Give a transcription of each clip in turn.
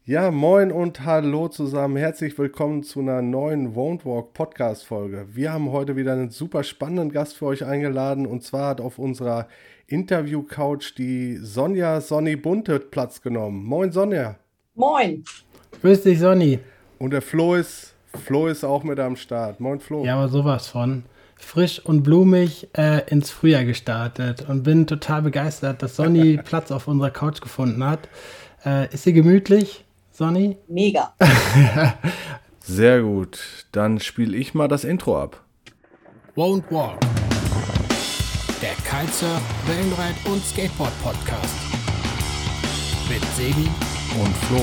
Ja, moin und hallo zusammen. Herzlich willkommen zu einer neuen Won't Walk Podcast Folge. Wir haben heute wieder einen super spannenden Gast für euch eingeladen und zwar hat auf unserer Interview-Couch die Sonja Sonny Bunte Platz genommen. Moin Sonja. Moin. Grüß dich, Sonny. Und der Flo ist auch mit am Start. Moin Flo. Ja, aber sowas von. Frisch und blumig ins Frühjahr gestartet und bin total begeistert, dass Sonny Platz auf unserer Couch gefunden hat. Ist sie gemütlich, Sonny? Mega. Sehr gut. Dann spiele ich mal das Intro ab. Won't Walk, der Kitesurf, Wellenreit und Skateboard Podcast mit Sebi Und Flo.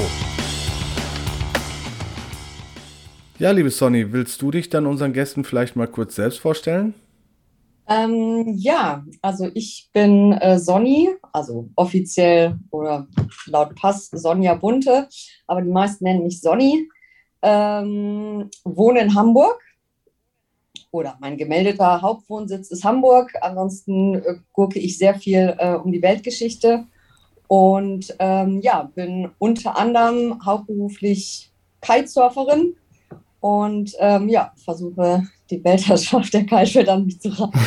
Ja, liebe Sonny, willst du dich dann unseren Gästen vielleicht mal kurz selbst vorstellen? Ja, also ich bin Sonny, also offiziell oder laut Pass Sonja Bunte, aber die meisten nennen mich Sonny. Wohne in Hamburg oder mein gemeldeter Hauptwohnsitz ist Hamburg. Ansonsten gurke ich sehr viel um die Weltgeschichte und ja, bin unter anderem hauptberuflich Kitesurferin. Und ja, versuche die Weltherrschaft der Kitesurfer an mich zu reißen.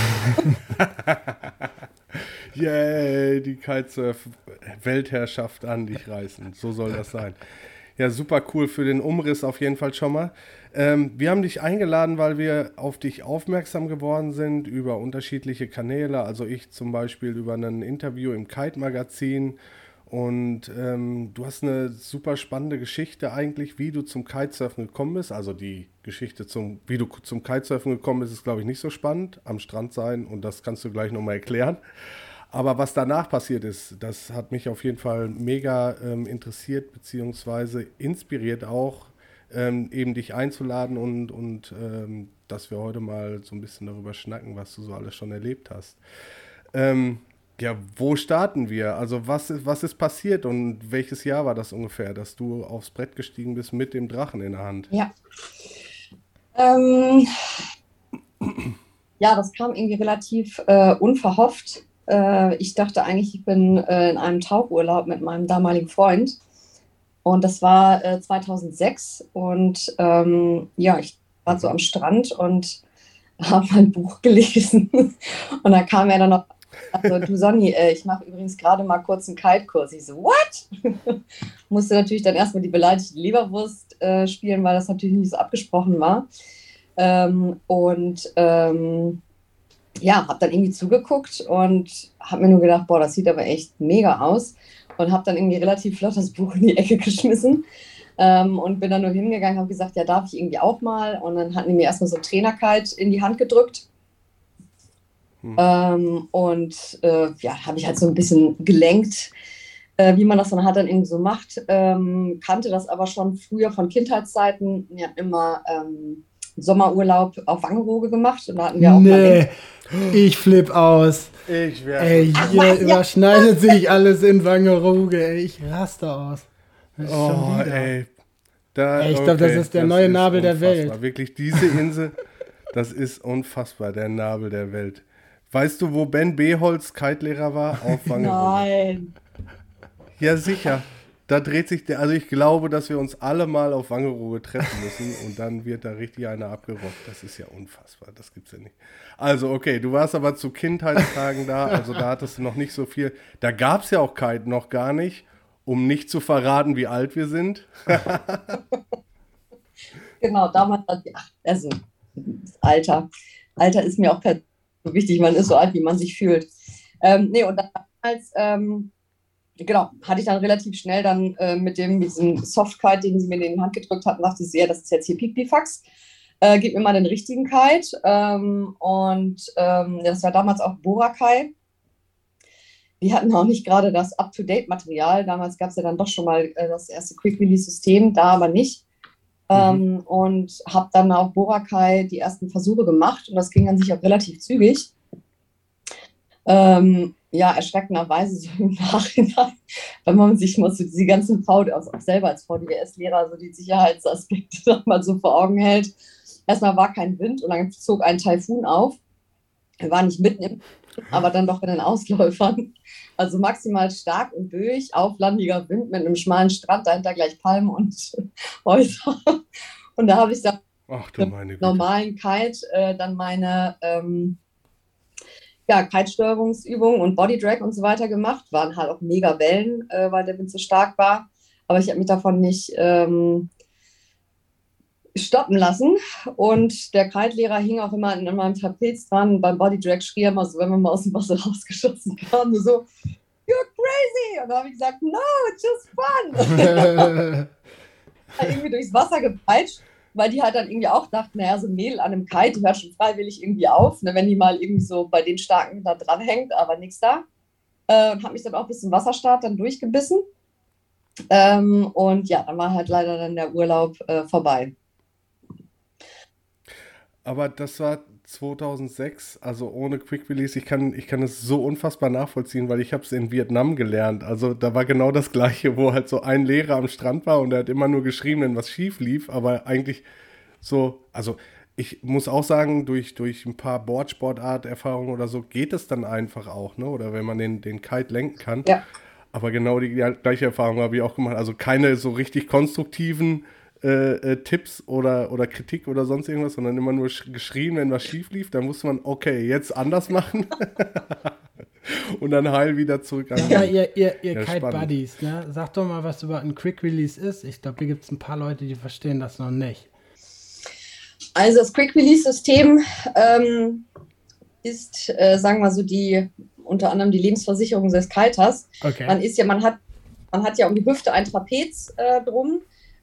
Yay, die Kitesurf-Weltherrschaft an dich reißen. So soll das sein. Ja, super cool für den Umriss auf jeden Fall schon mal. Wir haben dich eingeladen, weil wir auf dich aufmerksam geworden sind über unterschiedliche Kanäle. Also ich zum Beispiel über ein Interview im Kite-Magazin. Und du hast eine super spannende Geschichte eigentlich, wie du zum Kitesurfen gekommen bist. Also die Geschichte, wie du zum Kitesurfen gekommen bist, ist, glaube ich, nicht so spannend. Am Strand sein und das kannst du gleich nochmal erklären. Aber was danach passiert ist, das hat mich auf jeden Fall mega interessiert beziehungsweise inspiriert auch, eben dich einzuladen und dass wir heute mal so ein bisschen darüber schnacken, was du so alles schon erlebt hast. Ja, wo starten wir? Also was ist passiert und welches Jahr war das ungefähr, dass du aufs Brett gestiegen bist mit dem Drachen in der Hand? Ja. Ähm, ja, das kam irgendwie relativ unverhofft. Ich dachte eigentlich, ich bin in einem Tauchurlaub mit meinem damaligen Freund. Und das war 2006. Und ja, ich war so am Strand und habe mein Buch gelesen. Und da kam er dann noch, also du Sonny, ich mache übrigens gerade mal kurz einen Kite-Kurs. Ich so, what? Musste natürlich dann erstmal die beleidigte Leberwurst spielen, weil das natürlich nicht so abgesprochen war. Und ja, habe dann irgendwie zugeguckt und habe mir nur gedacht, boah, das sieht aber echt mega aus. Und habe dann irgendwie relativ flott das Buch in die Ecke geschmissen und bin dann nur hingegangen, habe gesagt, ja, darf ich irgendwie auch mal? Und dann hatten die mir erstmal so ein Trainerkite in die Hand gedrückt. Und ja, habe ich halt so ein bisschen gelenkt, wie man das dann halt dann irgendwie so macht. Kannte das aber schon früher von Kindheitszeiten. Wir hatten immer Sommerurlaub auf Wangerooge gemacht und da hatten wir auch mal. Nee, ich flipp aus. Ich Ey, werde. hier Ja, überschneidet sich alles in Wangerooge. Ey, ich raste aus. Das ist schon Oh, wieder. ey. Ey, ich glaube, das ist der neue ist Nabel der unfassbar. Welt. Wirklich, diese Insel, das ist unfassbar, der Nabel der Welt. Weißt du, wo Ben Beholz Kitelehrer war? Auf Wangerooge. nein. Ja, sicher. Da dreht sich der, also ich glaube, dass wir uns alle mal auf Wangerooge treffen müssen und dann wird da richtig einer abgerockt. Das ist ja unfassbar, das gibt's ja nicht. Also, okay, du warst aber zu Kindheitstagen da, also da hattest du noch nicht so viel. Da gab's ja auch Kite noch gar nicht, um nicht zu verraten, wie alt wir sind. Genau, damals, also das Alter. Alter ist mir auch so wichtig, man ist so alt, wie man sich fühlt. Nee, und damals, genau, hatte ich dann relativ schnell dann mit diesem Softkite, den sie mir in die Hand gedrückt hatten, dachte ich, ja, das ist jetzt hier Pipifax. Gib mir mal den richtigen Kite. Das war damals auch Boracay. Die hatten auch nicht gerade das Up-to-Date-Material. Damals gab es ja dann doch schon mal das erste Quick-Release-System, da aber nicht. Und habe dann auf Boracay die ersten Versuche gemacht und das ging an sich auch relativ zügig. Ja, erschreckenderweise so im Nachhinein, wenn man sich mal so diese ganzen auch selber als VDS-Lehrer so die Sicherheitsaspekte noch mal so vor Augen hält. Erstmal war kein Wind und dann zog ein Taifun auf. Wir waren nicht mitten im aber dann doch in den Ausläufern. Also maximal stark und böig, auflandiger Wind mit einem schmalen Strand, dahinter gleich Palmen und Häuser. Und da habe ich dann Ach du meine Güte. normalen Kite dann meine Kite-Steuerungsübungen und Bodydrag und so weiter gemacht. Waren halt auch mega Wellen, weil der Wind so stark war. Aber ich habe mich davon nicht stoppen lassen. Und der Kite-Lehrer hing auch immer in meinem Trapez dran. Beim Bodydrag schrie er immer so, wenn wir mal aus dem Wasser rausgeschossen kamen, so, you're crazy! Und da habe ich gesagt, no, it's just fun! Irgendwie durchs Wasser gepeitscht, weil die halt dann irgendwie auch dachten, naja, so ein Mädel an einem Kite, die hört schon freiwillig irgendwie auf, ne, wenn die mal irgendwie so bei den Starken da dranhängt, aber nichts da. Und habe mich dann auch bis zum Wasserstart dann durchgebissen. Und ja, dann war halt leider dann der Urlaub vorbei. Aber das war 2006, also ohne Quick Release. Ich kann es so unfassbar nachvollziehen, weil ich habe es in Vietnam gelernt. Also da war genau das Gleiche, wo halt so ein Lehrer am Strand war und der hat immer nur geschrieben, wenn was schief lief. Aber eigentlich so, also ich muss auch sagen, durch ein paar Boardsportart-Erfahrungen oder so geht es dann einfach auch, ne? Oder wenn man den Kite lenken kann. Ja. Aber genau die gleiche Erfahrung habe ich auch gemacht. Also keine so richtig konstruktiven Tipps oder Kritik oder sonst irgendwas, sondern immer nur geschrien, wenn was schief lief. Dann wusste man, okay, jetzt anders machen. Und dann heil wieder zurück an. Ja, ihr Kite spannend. Buddies, ne? Sag doch mal, was über ein Quick Release ist. Ich glaube, hier gibt es ein paar Leute, die verstehen das noch nicht. Also das Quick Release System ist, sagen wir so, unter anderem die Lebensversicherung des Kiters. Okay. Man hat ja um die Hüfte ein Trapez drum,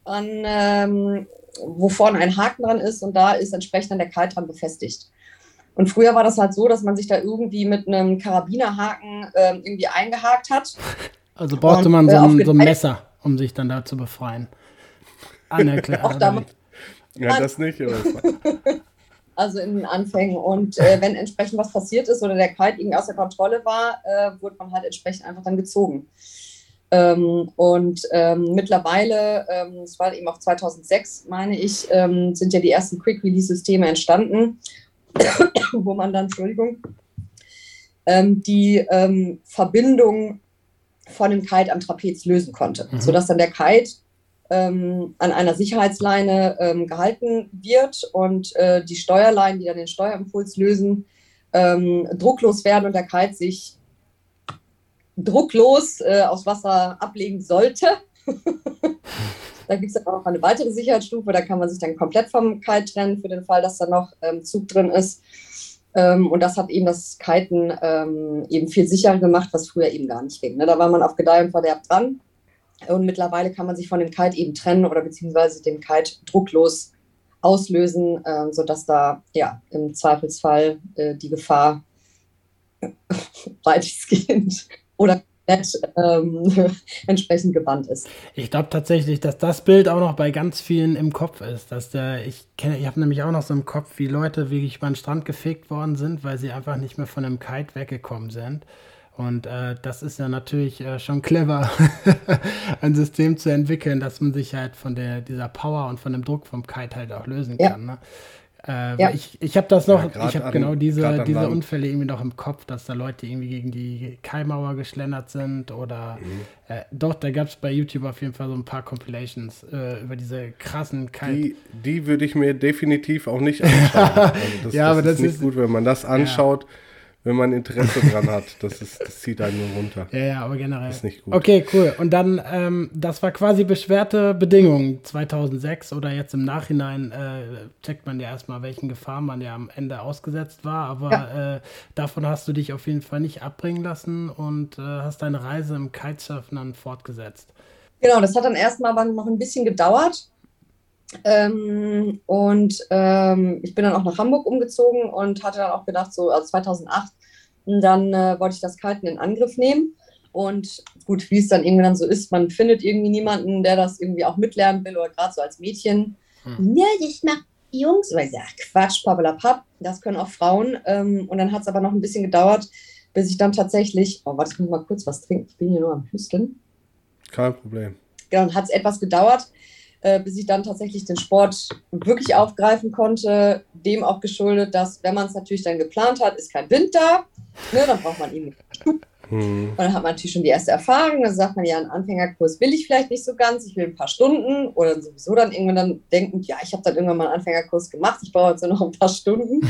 wo vorne ein Haken dran ist und da ist entsprechend dann der Kite dran befestigt. Und früher war das halt so, dass man sich da irgendwie mit einem Karabinerhaken irgendwie eingehakt hat. Also brauchte man so ein Messer, um sich dann da zu befreien. Auch damals. Ja, das nicht, aber das war. Also in den Anfängen. Und wenn entsprechend was passiert ist oder der Kite irgendwie außer Kontrolle war, wurde man halt entsprechend einfach dann gezogen. Mittlerweile, das war eben auch 2006, meine ich, sind ja die ersten Quick-Release-Systeme entstanden, wo man dann, die Verbindung von dem Kite am Trapez lösen konnte, sodass dann der Kite an einer Sicherheitsleine gehalten wird und die Steuerleinen, die dann den Steuerimpuls lösen, drucklos werden und der Kite sich drucklos aufs Wasser ablegen sollte. Da gibt es dann auch eine weitere Sicherheitsstufe, da kann man sich dann komplett vom Kite trennen, für den Fall, dass da noch Zug drin ist. Und das hat eben das Kiten eben viel sicherer gemacht, was früher eben gar nicht ging. Ne? Da war man auf Gedeih und Verderb dran. Und mittlerweile kann man sich von dem Kite eben trennen oder beziehungsweise den Kite drucklos auslösen, sodass da ja im Zweifelsfall die Gefahr weitestgehend oder entsprechend gebannt ist. Ich glaube tatsächlich, dass das Bild auch noch bei ganz vielen im Kopf ist. Ich habe nämlich auch noch so im Kopf, wie Leute wirklich über den Strand gefegt worden sind, weil sie einfach nicht mehr von einem Kite weggekommen sind. Und das ist ja natürlich schon clever, ein System zu entwickeln, dass man sich halt von dieser Power und von dem Druck vom Kite halt auch lösen kann. Ne? Ich habe das noch, ich habe genau diese Unfälle irgendwie noch im Kopf, dass da Leute irgendwie gegen die Kaimauer geschlendert sind oder da gab es bei YouTube auf jeden Fall so ein paar Compilations über diese krassen Kite. Die würde ich mir definitiv auch nicht anschauen. Also aber das ist nicht gut, wenn man das anschaut. Wenn man Interesse dran hat, das zieht einen nur runter. Ja, aber generell. Das ist nicht gut. Okay, cool. Und dann, das war quasi beschwerte Bedingungen 2006 oder jetzt im Nachhinein checkt man ja erstmal, welchen Gefahren man ja am Ende ausgesetzt war. Aber davon hast du dich auf jeden Fall nicht abbringen lassen und hast deine Reise im Kitesurfen dann fortgesetzt. Genau, das hat dann erstmal noch ein bisschen gedauert. Ich bin dann auch nach Hamburg umgezogen und hatte dann auch gedacht, so also 2008, dann wollte ich das Kiten in Angriff nehmen. Und gut, wie es dann irgendwie dann so ist, man findet irgendwie niemanden, der das irgendwie auch mitlernen will oder gerade so als Mädchen. Ja, ich mach die Jungs. Oder ja, Quatsch, pappelapapp, das können auch Frauen. Und dann hat es aber noch ein bisschen gedauert, bis ich dann tatsächlich, warte, ich muss mal kurz was trinken, ich bin hier nur am Hüsteln. Kein Problem. Genau, dann hat es etwas gedauert, bis ich dann tatsächlich den Sport wirklich aufgreifen konnte. Dem auch geschuldet, dass, wenn man es natürlich dann geplant hat, ist kein Wind da, ne, dann braucht man irgendwie Schub. Und dann hat man natürlich schon die erste Erfahrung. Dann sagt man, ja, einen Anfängerkurs will ich vielleicht nicht so ganz, ich will ein paar Stunden oder sowieso dann irgendwann dann denken, ja, ich habe dann irgendwann mal einen Anfängerkurs gemacht, ich brauche jetzt nur noch ein paar Stunden.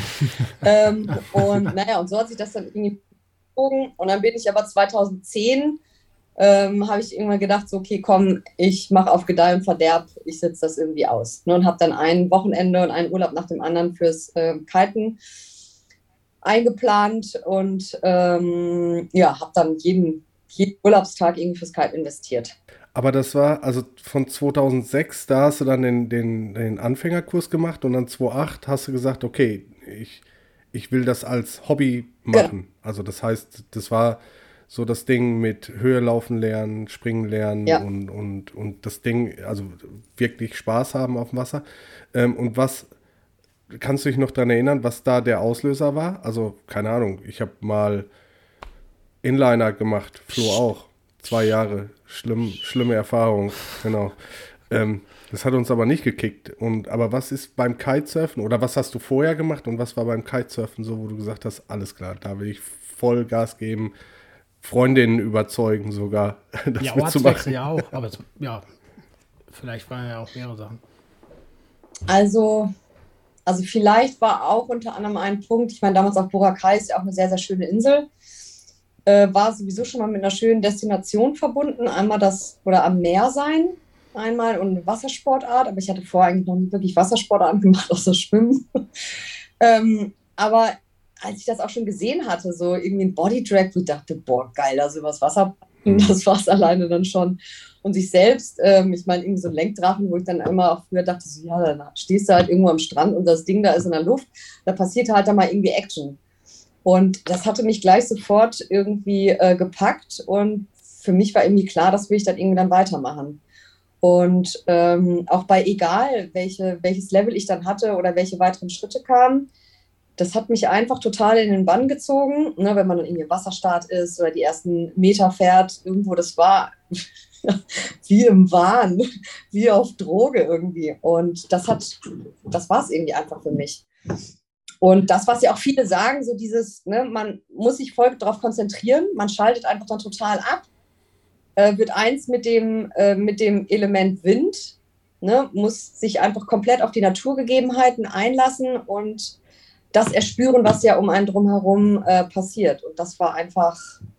Und naja, und so hat sich das dann irgendwie gezogen. Und dann bin ich aber 2010, habe ich irgendwann gedacht, so, okay, komm, ich mache auf Gedeih und Verderb, ich sitze das irgendwie aus. Ne, und habe dann ein Wochenende und einen Urlaub nach dem anderen fürs Kiten eingeplant und habe dann jeden Urlaubstag irgendwie fürs Kiten investiert. Aber das war, also von 2006, da hast du dann den Anfängerkurs gemacht und dann 2008 hast du gesagt, okay, ich will das als Hobby machen. Genau. Also das heißt, das war so das Ding mit Höhe laufen lernen, springen lernen und das Ding, also wirklich Spaß haben auf dem Wasser. Und was, kannst du dich noch daran erinnern, was da der Auslöser war? Also, keine Ahnung, ich habe mal Inliner gemacht, Flo auch. 2 Jahre, schlimme Erfahrung, genau. Das hat uns aber nicht gekickt. Aber was ist beim Kitesurfen oder was hast du vorher gemacht und was war beim Kitesurfen so, wo du gesagt hast, alles klar, da will ich voll Gas geben, Freundinnen überzeugen sogar, das ja, mitzumachen. Ja, auch, aber ja, vielleicht waren ja auch mehrere Sachen. Also vielleicht war auch unter anderem ein Punkt, ich meine, damals auf Boracay ist ja auch eine sehr, sehr schöne Insel, war sowieso schon mal mit einer schönen Destination verbunden, einmal am Meer sein, einmal und eine Wassersportart, aber ich hatte vorher eigentlich noch nie wirklich Wassersportarten gemacht, außer Schwimmen. Aber als ich das auch schon gesehen hatte, so irgendwie ein Bodydrag, wo ich dachte, boah, geil, also übers Wasser, das war's alleine dann schon. Und sich selbst, ich meine, irgendwie so ein Lenkdrachen, wo ich dann immer auch früher dachte, so, ja, dann stehst du halt irgendwo am Strand und das Ding da ist in der Luft, da passiert halt dann mal irgendwie Action. Und das hatte mich gleich sofort irgendwie gepackt und für mich war irgendwie klar, das will ich dann irgendwie dann weitermachen. Und auch bei egal, welches Level ich dann hatte oder welche weiteren Schritte kamen, das hat mich einfach total in den Bann gezogen, ne, wenn man dann irgendwie im Wasserstart ist oder die ersten Meter fährt, irgendwo, das war wie im Wahn, wie auf Droge irgendwie. Und das war es irgendwie einfach für mich. Und das, was ja auch viele sagen, so dieses, ne, man muss sich voll darauf konzentrieren, man schaltet einfach dann total ab, wird eins mit dem Element Wind, ne, muss sich einfach komplett auf die Naturgegebenheiten einlassen und das erspüren, was ja um einen drumherum passiert. Und das war einfach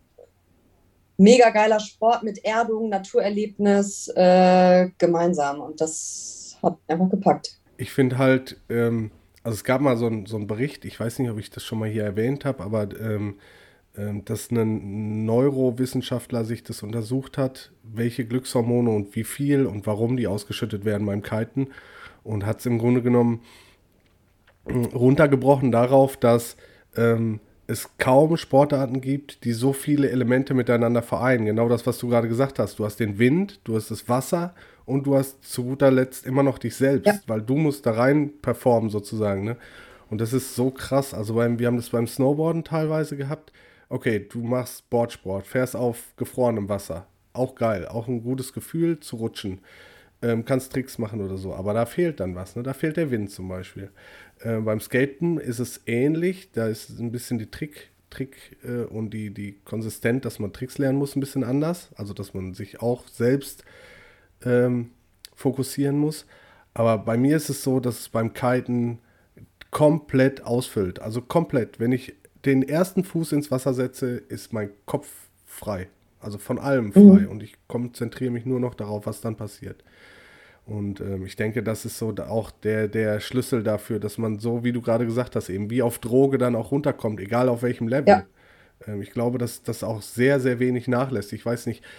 mega geiler Sport mit Erdung, Naturerlebnis gemeinsam. Und das hat einfach gepackt. Ich finde halt, also es gab mal so einen Bericht, ich weiß nicht, ob ich das schon mal hier erwähnt habe, aber dass ein Neurowissenschaftler sich das untersucht hat, welche Glückshormone und wie viel und warum die ausgeschüttet werden beim Kiten und hat es im Grunde genommen runtergebrochen darauf, dass es kaum Sportarten gibt, die so viele Elemente miteinander vereinen. Genau das, was du gerade gesagt hast. Du hast den Wind, du hast das Wasser und du hast zu guter Letzt immer noch dich selbst, weil du musst da rein performen sozusagen. Ne? Und das ist so krass. Also wir haben das beim Snowboarden teilweise gehabt. Okay, du machst Boardsport, fährst auf gefrorenem Wasser. Auch geil, auch ein gutes Gefühl zu rutschen. Kannst Tricks machen oder so, aber da fehlt dann was, ne? Da fehlt der Wind zum Beispiel. Beim Skaten ist es ähnlich, da ist ein bisschen die Trick und die Konsistenz, dass man Tricks lernen muss, ein bisschen anders, also dass man sich auch selbst fokussieren muss. Aber bei mir ist es so, dass es beim Kiten komplett ausfüllt, also komplett. Wenn ich den ersten Fuß ins Wasser setze, ist mein Kopf frei, also von allem frei und ich konzentriere mich nur noch darauf, was dann passiert. Und ich denke, das ist so auch der Schlüssel dafür, dass man so, wie du gerade gesagt hast, eben wie auf Droge dann auch runterkommt, egal auf welchem Level. Ja. Ich glaube, dass das auch sehr, sehr wenig nachlässt. Ich weiß nicht,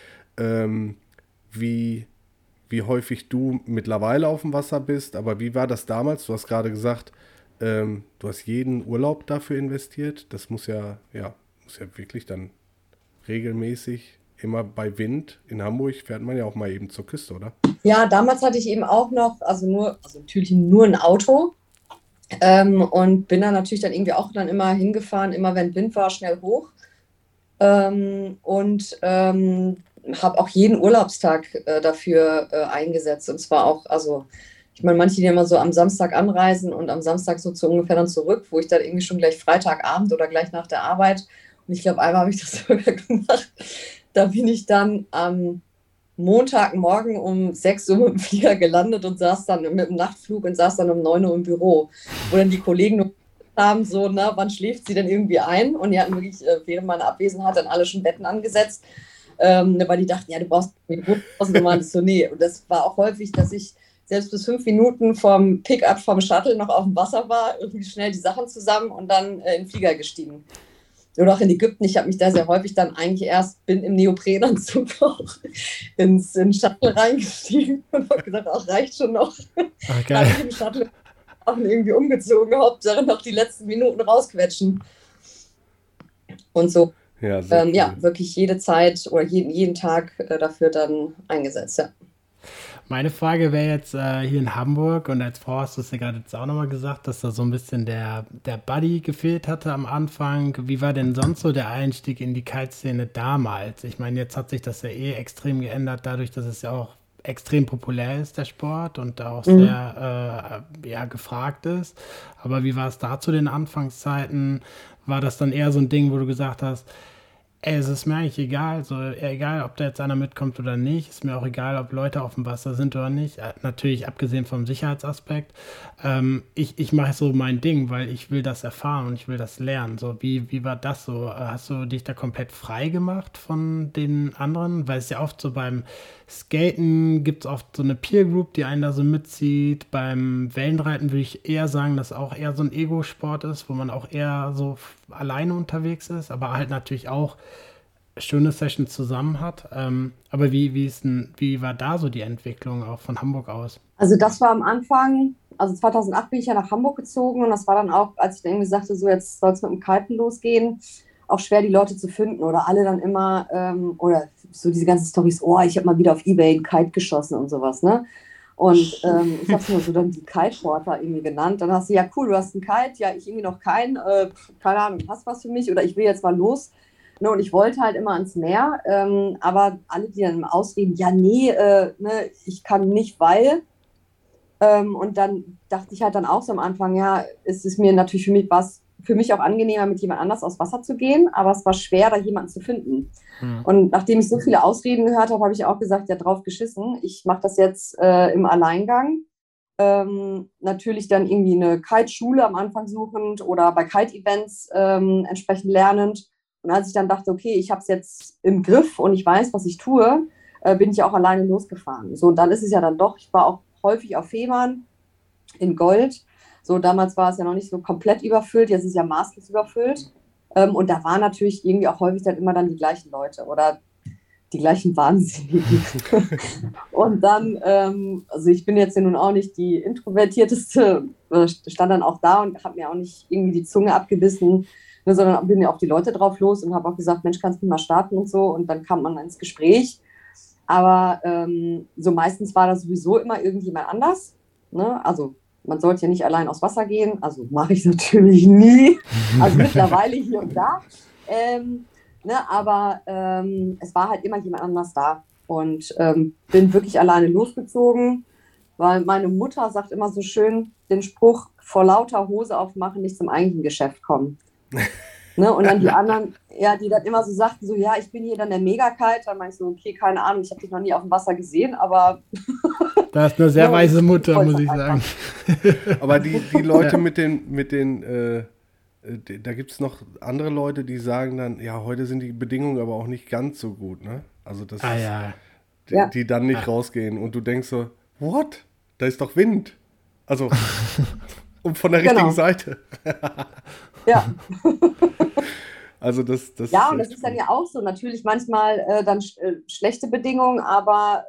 wie häufig du mittlerweile auf dem Wasser bist, aber wie war das damals? Du hast gerade gesagt, du hast jeden Urlaub dafür investiert. Das muss ja wirklich dann regelmäßig immer bei Wind. In Hamburg fährt man ja auch mal eben zur Küste, oder? Ja, damals hatte ich eben auch noch, natürlich nur ein Auto und bin dann natürlich dann irgendwie auch dann immer hingefahren, immer wenn Wind war, schnell hoch. habe auch jeden Urlaubstag dafür eingesetzt. Und zwar auch, also ich meine, manche, die immer so am Samstag anreisen und am Samstag so ungefähr dann zurück, wo ich dann irgendwie schon gleich Freitagabend oder gleich nach der Arbeit, und ich glaube, einmal habe ich das sogar gemacht, da bin ich dann am Montagmorgen um 6 Uhr mit dem Flieger gelandet und saß dann mit dem Nachtflug und saß dann um 9 Uhr im Büro, wo dann die Kollegen nur haben so, na, wann schläft sie denn irgendwie ein? Und die hatten wirklich während meiner Abwesenheit dann alle schon Betten angesetzt, weil die dachten, ja, du brauchst so, nee. Und das war auch häufig, dass ich selbst bis 5 Minuten vom Pick-up vom Shuttle noch auf dem Wasser war, irgendwie schnell die Sachen zusammen und dann in den Flieger gestiegen. Oder auch in Ägypten, ich habe mich da sehr häufig dann eigentlich bin im Neoprenanzug auch ins Shuttle reingestiegen und habe gesagt, auch reicht schon noch. Ach, geil. Habe ich im Shuttle auch irgendwie umgezogen, Hauptsache noch die letzten Minuten rausquetschen. Und so, Ja, wirklich jede Zeit oder jeden Tag dafür dann eingesetzt, ja. Meine Frage wäre jetzt hier in Hamburg, und als Frau hast du es ja gerade jetzt auch nochmal gesagt, dass da so ein bisschen der Buddy gefehlt hatte am Anfang. Wie war denn sonst so der Einstieg in die Kite-Szene damals? Ich meine, jetzt hat sich das ja extrem geändert, dadurch, dass es ja auch extrem populär ist, der Sport, und auch sehr gefragt ist. Aber wie war es da zu den Anfangszeiten? War das dann eher so ein Ding, wo du gesagt hast, es ist mir eigentlich egal, so egal, ob da jetzt einer mitkommt oder nicht, ist mir auch egal, ob Leute auf dem Wasser sind oder nicht, natürlich abgesehen vom Sicherheitsaspekt. Ich mache so mein Ding, weil ich will das erfahren und ich will das lernen. So, wie war das so? Hast du dich da komplett frei gemacht von den anderen? Weil es ja oft so beim Skaten gibt es oft so eine Peer Group, die einen da so mitzieht. Beim Wellenreiten würde ich eher sagen, dass auch eher so ein Ego-Sport ist, wo man auch eher so alleine unterwegs ist, aber halt natürlich auch schöne Sessions zusammen hat. Aber wie war da so die Entwicklung auch von Hamburg aus? Also das war am Anfang, also 2008 bin ich ja nach Hamburg gezogen und das war dann auch, als ich dann irgendwie sagte, so jetzt soll es mit dem Kiten losgehen, auch schwer die Leute zu finden oder alle dann immer, oder so diese ganzen Storys, oh, ich habe mal wieder auf Ebay einen Kite geschossen und sowas, ne? Und ich habe es nur so dann die Kite-Porter irgendwie genannt. Dann hast du, ja cool, du hast einen Kite, ja, ich irgendwie noch keinen, keine Ahnung, hast was für mich oder ich will jetzt mal los. Ne, und ich wollte halt immer ans Meer, aber alle, die dann ausreden, ja, nee, ne, ich kann nicht, weil. Und dann dachte ich halt dann auch so am Anfang, ja, es ist mir natürlich für mich auch angenehmer, mit jemand anders aufs Wasser zu gehen, aber es war schwer, da jemanden zu finden. Und nachdem ich so viele Ausreden gehört habe, habe ich auch gesagt, ja, drauf geschissen, ich mache das jetzt im Alleingang. Natürlich dann irgendwie eine Kite-Schule am Anfang suchend oder bei Kite-Events entsprechend lernend. Und als ich dann dachte, okay, ich habe es jetzt im Griff und ich weiß, was ich tue, bin ich auch alleine losgefahren. So, und dann ist es ja dann doch, ich war auch häufig auf Fehmarn in Gold. So, damals war es ja noch nicht so komplett überfüllt, jetzt ist es ja maßlos überfüllt. Und da waren natürlich irgendwie auch häufig dann immer dann die gleichen Leute oder die gleichen Wahnsinnigen. Und dann, also ich bin jetzt ja nun auch nicht die Introvertierteste, stand dann auch da und habe mir auch nicht irgendwie die Zunge abgebissen, ne, sondern bin ja auf die Leute drauf los und habe auch gesagt, Mensch, kannst du mal starten und so. Und dann kam man ins Gespräch. Aber so meistens war das sowieso immer irgendjemand anders. Ne? Also man sollte ja nicht allein aufs Wasser gehen. Also mache ich natürlich nie. Also mittlerweile hier und da. Ne? Aber es war halt immer jemand anders da. Und bin wirklich alleine losgezogen, weil meine Mutter sagt immer so schön den Spruch, vor lauter Hose aufmachen nicht zum eigentlichen Geschäft kommen. Ne, und dann die anderen, ja, die dann immer so sagten, so, ja, ich bin hier dann der Megakite. Dann meinst du, okay, keine Ahnung, ich habe dich noch nie auf dem Wasser gesehen, aber... Da ist eine sehr weise Mutter, muss ich sagen. Aber die Leute mit den da gibt es noch andere Leute, die sagen dann, ja, heute sind die Bedingungen aber auch nicht ganz so gut, ne? Also das ist, die dann nicht rausgehen und du denkst so, what? Da ist doch Wind. Also, und von der richtigen Seite. Ja. Also das ja, und das ist dann ja auch so. Natürlich manchmal dann schlechte Bedingungen, aber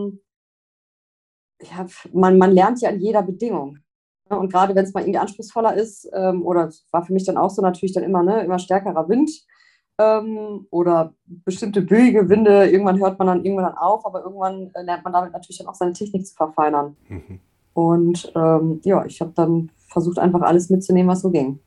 man lernt ja an jeder Bedingung. Und gerade wenn es mal irgendwie anspruchsvoller ist, oder es war für mich dann auch so natürlich dann immer, ne, immer stärkerer Wind oder bestimmte böige Winde, irgendwann hört man dann irgendwann auf, aber irgendwann lernt man damit natürlich dann auch seine Technik zu verfeinern. Und ich habe dann versucht, einfach alles mitzunehmen, was so ging.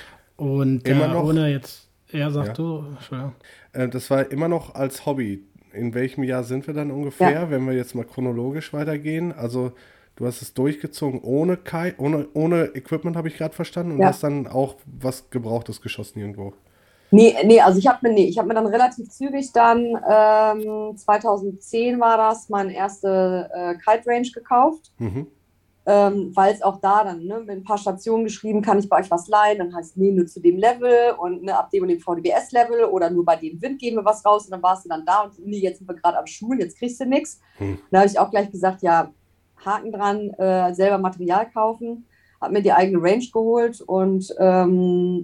Und immer noch, ohne jetzt, sag du, das war immer noch als Hobby in welchem Jahr sind wir dann ungefähr, wenn wir jetzt mal chronologisch weitergehen? Also du hast es durchgezogen ohne ohne Equipment, habe ich gerade verstanden, und hast dann auch was Gebrauchtes geschossen irgendwo. Nee, also ich hab mir dann relativ zügig dann, 2010 war das, meine erste Kite Range gekauft. Weil es auch da dann, mit ein paar Stationen geschrieben, kann ich bei euch was leihen, dann heißt nee, nur zu dem Level und ab dem und dem VDBS-Level oder nur bei dem Wind geben wir was raus und dann warst du dann da und nee, jetzt sind wir gerade am Schulen, jetzt kriegst du nichts. Da habe ich auch gleich gesagt, ja, Haken dran, selber Material kaufen, habe mir die eigene Range geholt und dann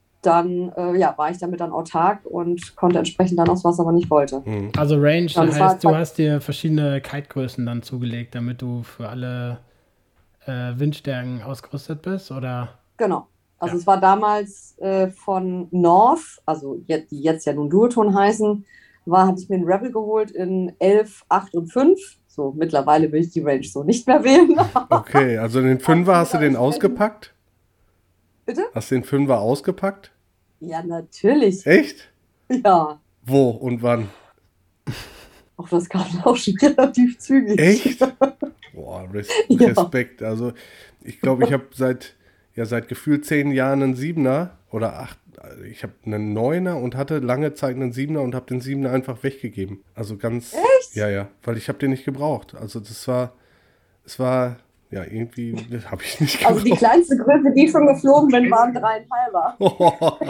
war ich damit dann autark und konnte entsprechend dann aus, was aber nicht wollte. Also Range heißt, du hast dir verschiedene Kite-Größen dann zugelegt, damit du für alle Windstärken ausgerüstet bist, oder? Genau. Also es war damals von North, also die jetzt ja nun Duoton heißen, hatte ich mir einen Rebel geholt in 11, 8 und 5. So, mittlerweile will ich die Range so nicht mehr wählen. Okay, also den 5er hast du den ausgepackt? Bitte? Hast du den 5er ausgepackt? Ja, natürlich. Echt? Ja. Wo und wann? Auch das kam auch schon relativ zügig. Echt? Boah, Respekt. Ja. Also ich glaube, ich habe seit gefühlt 10 Jahren einen 7er oder 8. Ich habe einen 9er und hatte lange Zeit einen 7er und habe den 7er einfach weggegeben. Also ganz... Echt? Ja, weil ich habe den nicht gebraucht. Also es war, ja, irgendwie habe ich nicht gebraucht. Also die kleinste Größe, die ich schon geflogen bin, waren 3,5er.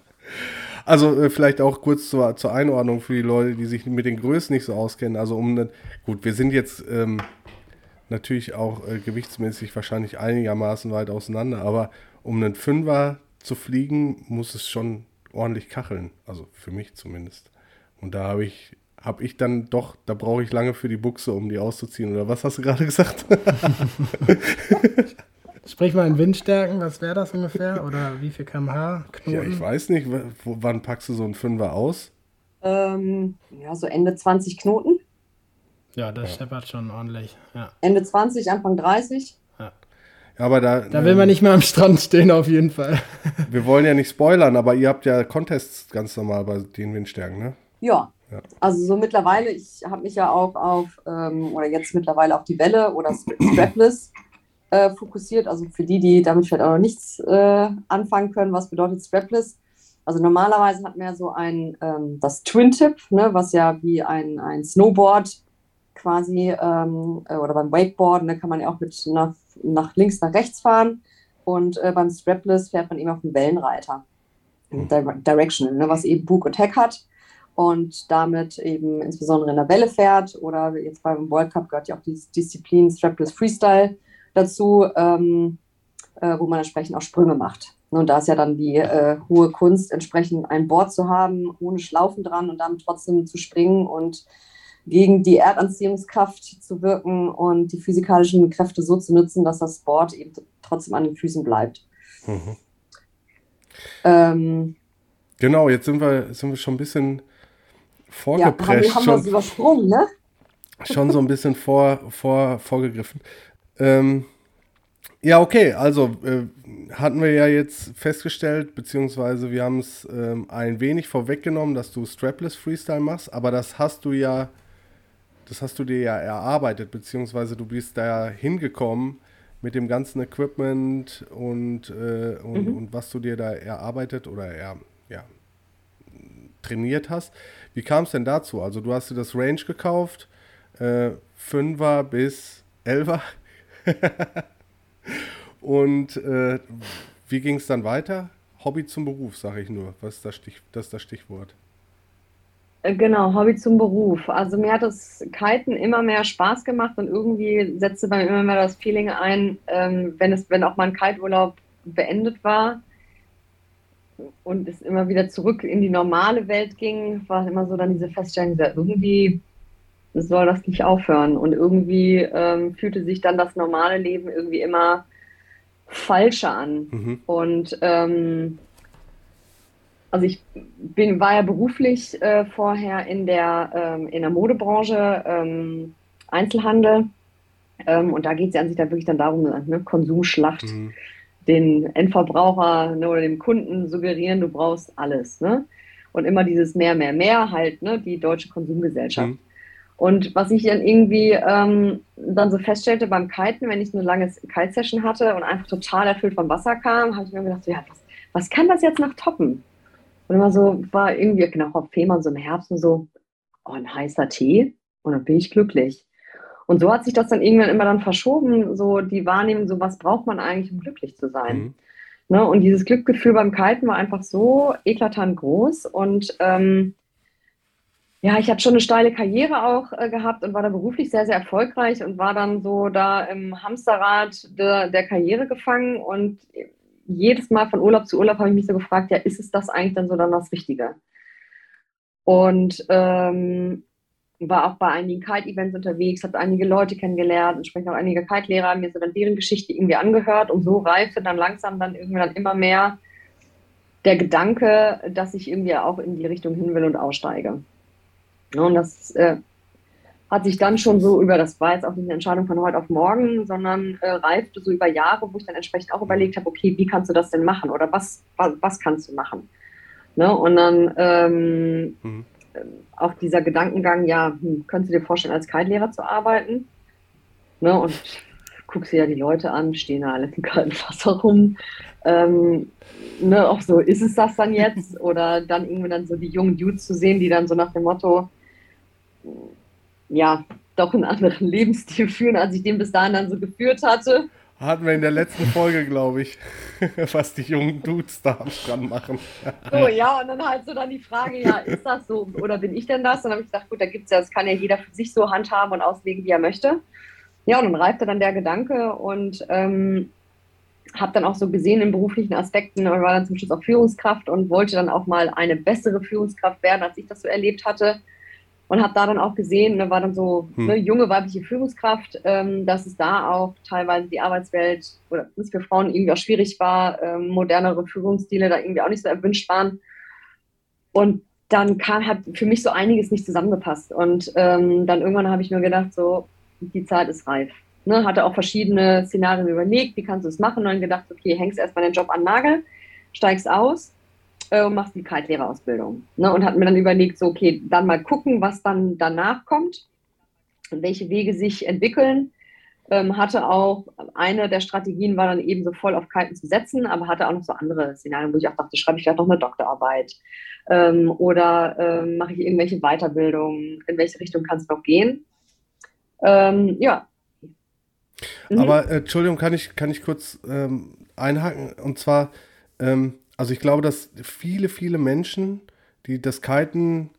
Also vielleicht auch kurz zur Einordnung für die Leute, die sich mit den Größen nicht so auskennen. Also gut, wir sind jetzt natürlich auch gewichtsmäßig wahrscheinlich einigermaßen weit auseinander, aber um einen 5er zu fliegen, muss es schon ordentlich kacheln. Also für mich zumindest. Und da habe ich dann doch, da brauche ich lange für die Buchse, um die auszuziehen. Oder was hast du gerade gesagt? Sprich mal in Windstärken, was wäre das ungefähr? Oder wie viel km/h Knoten? Ja, ich weiß nicht. Wann packst du so einen 5er aus? So Ende 20 Knoten. Ja, das scheppert schon ordentlich. Ja. Ende 20, Anfang 30. Ja, aber da will man nicht mehr am Strand stehen, auf jeden Fall. Wir wollen ja nicht spoilern, aber ihr habt ja Contests ganz normal bei den Windstärken, ne? Ja. Also so mittlerweile, ich habe mich ja auch auf, oder jetzt mittlerweile auf die Welle oder Strapless fokussiert. Also für die damit vielleicht auch noch nichts anfangen können, was bedeutet Strapless? Also normalerweise hat man ja so das Twin-Tip, ne, was ja wie ein Snowboard quasi, oder beim Wakeboard, ne, kann man ja auch mit nach links, nach rechts fahren. Und beim Strapless fährt man eben auf dem Wellenreiter. Directional, ne, was eben Bug und Heck hat. Und damit eben insbesondere in der Welle fährt. Oder jetzt beim World Cup gehört ja auch die Disziplin Strapless Freestyle dazu, wo man entsprechend auch Sprünge macht. Und da ist ja dann die hohe Kunst, entsprechend ein Board zu haben, ohne Schlaufen dran und damit trotzdem zu springen und gegen die Erdanziehungskraft zu wirken und die physikalischen Kräfte so zu nutzen, dass das Board eben trotzdem an den Füßen bleibt. Genau, jetzt sind wir schon ein bisschen vorgeprescht. Ja, haben wir es übersprungen, ne? Schon so ein bisschen vorgegriffen. Ja, okay, also hatten wir ja jetzt festgestellt, beziehungsweise wir haben es ein wenig vorweggenommen, dass du Strapless Freestyle machst, aber das hast du dir ja erarbeitet, beziehungsweise du bist da hingekommen mit dem ganzen Equipment und was du dir da erarbeitet oder trainiert hast. Wie kam es denn dazu? Also du hast dir das Range gekauft, 5er bis 11er. Und wie ging es dann weiter? Hobby zum Beruf, sage ich nur. Was ist das Stichwort? Genau, Hobby zum Beruf. Also mir hat das Kiten immer mehr Spaß gemacht und irgendwie setzte bei mir immer mehr das Feeling ein, wenn auch mal ein Kiteurlaub beendet war und es immer wieder zurück in die normale Welt ging, war immer so dann diese Feststellung, irgendwie soll das nicht aufhören. Und irgendwie fühlte sich dann das normale Leben irgendwie immer falscher an. Und also ich war ja beruflich vorher in der Modebranche, Einzelhandel. Und da geht es ja an sich dann wirklich dann darum, ne, Konsumschlacht, den Endverbraucher, ne, oder dem Kunden suggerieren, du brauchst alles. Ne? Und immer dieses mehr, mehr, mehr halt, ne, die deutsche Konsumgesellschaft. Mhm. Und was ich dann irgendwie dann so feststellte beim Kiten, wenn ich eine lange Kite-Session hatte und einfach total erfüllt vom Wasser kam, habe ich mir gedacht, so, ja, was kann das jetzt noch toppen? Und immer so, war irgendwie, genau, auf Fehmarn so im Herbst und so, oh, ein heißer Tee und dann bin ich glücklich. Und so hat sich das dann irgendwann immer dann verschoben, so die Wahrnehmung, so was braucht man eigentlich, um glücklich zu sein. Mhm. Ne? Und dieses Glücksgefühl beim Kiten war einfach so eklatant groß und ja, ich habe schon eine steile Karriere auch gehabt und war da beruflich sehr, sehr erfolgreich und war dann so da im Hamsterrad der Karriere gefangen und jedes Mal von Urlaub zu Urlaub habe ich mich so gefragt, ja, ist es das eigentlich dann so dann das Richtige? Und war auch bei einigen Kite-Events unterwegs, habe einige Leute kennengelernt, entsprechend auch einige Kite-Lehrer, mir so dann deren Geschichte irgendwie angehört und so reifte dann langsam dann irgendwann immer mehr der Gedanke, dass ich irgendwie auch in die Richtung hin will und aussteige. Ja, und das hat sich dann schon so das war jetzt auch nicht eine Entscheidung von heute auf morgen, sondern reifte so über Jahre, wo ich dann entsprechend auch überlegt habe, okay, wie kannst du das denn machen oder was kannst du machen? Ne? Und dann auch dieser Gedankengang, ja, könntest du dir vorstellen, als Kite-Lehrer zu arbeiten? Ne? Und guckst dir ja die Leute an, stehen da alle im kalten Wasser rum. Ne, auch so, ist es das dann jetzt? Oder dann irgendwie dann so die jungen Dudes zu sehen, die dann so nach dem Motto, ja, doch einen anderen Lebensstil führen, als ich den bis dahin dann so geführt hatte. Hatten wir in der letzten Folge, glaube ich, was die jungen Dudes da am Strand machen. So, ja, und dann halt so dann die Frage, ja, ist das so oder bin ich denn das? Und dann habe ich gedacht, gut, da gibt's ja, das kann ja jeder für sich so handhaben und auslegen, wie er möchte. Ja, und dann reifte dann der Gedanke und habe dann auch so gesehen in beruflichen Aspekten und war dann zum Schluss auch Führungskraft und wollte dann auch mal eine bessere Führungskraft werden, als ich das so erlebt hatte. Und habe da dann auch gesehen, war dann so eine junge weibliche Führungskraft, dass es da auch teilweise die Arbeitswelt oder es für Frauen irgendwie auch schwierig war, modernere Führungsstile da irgendwie auch nicht so erwünscht waren. Und dann hat für mich so einiges nicht zusammengepasst. Und dann irgendwann habe ich mir gedacht, so, die Zeit ist reif. Ne, hatte auch verschiedene Szenarien überlegt, wie kannst du es machen? Und dann gedacht, okay, hängst erstmal den Job an den Nagel, steigst aus und machst die Kite-Lehrerausbildung. Ne, und hat mir dann überlegt, so, okay, dann mal gucken, was dann danach kommt und welche Wege sich entwickeln. Hatte auch, eine der Strategien war dann eben so voll auf Kiten zu setzen, aber hatte auch noch so andere Szenarien, wo ich auch dachte, schreibe ich vielleicht noch eine Doktorarbeit oder mache ich irgendwelche Weiterbildungen, in welche Richtung kann es noch gehen? Ja. Aber Entschuldigung, kann ich kurz einhaken? Und zwar, also ich glaube, dass viele Menschen, die das Kiten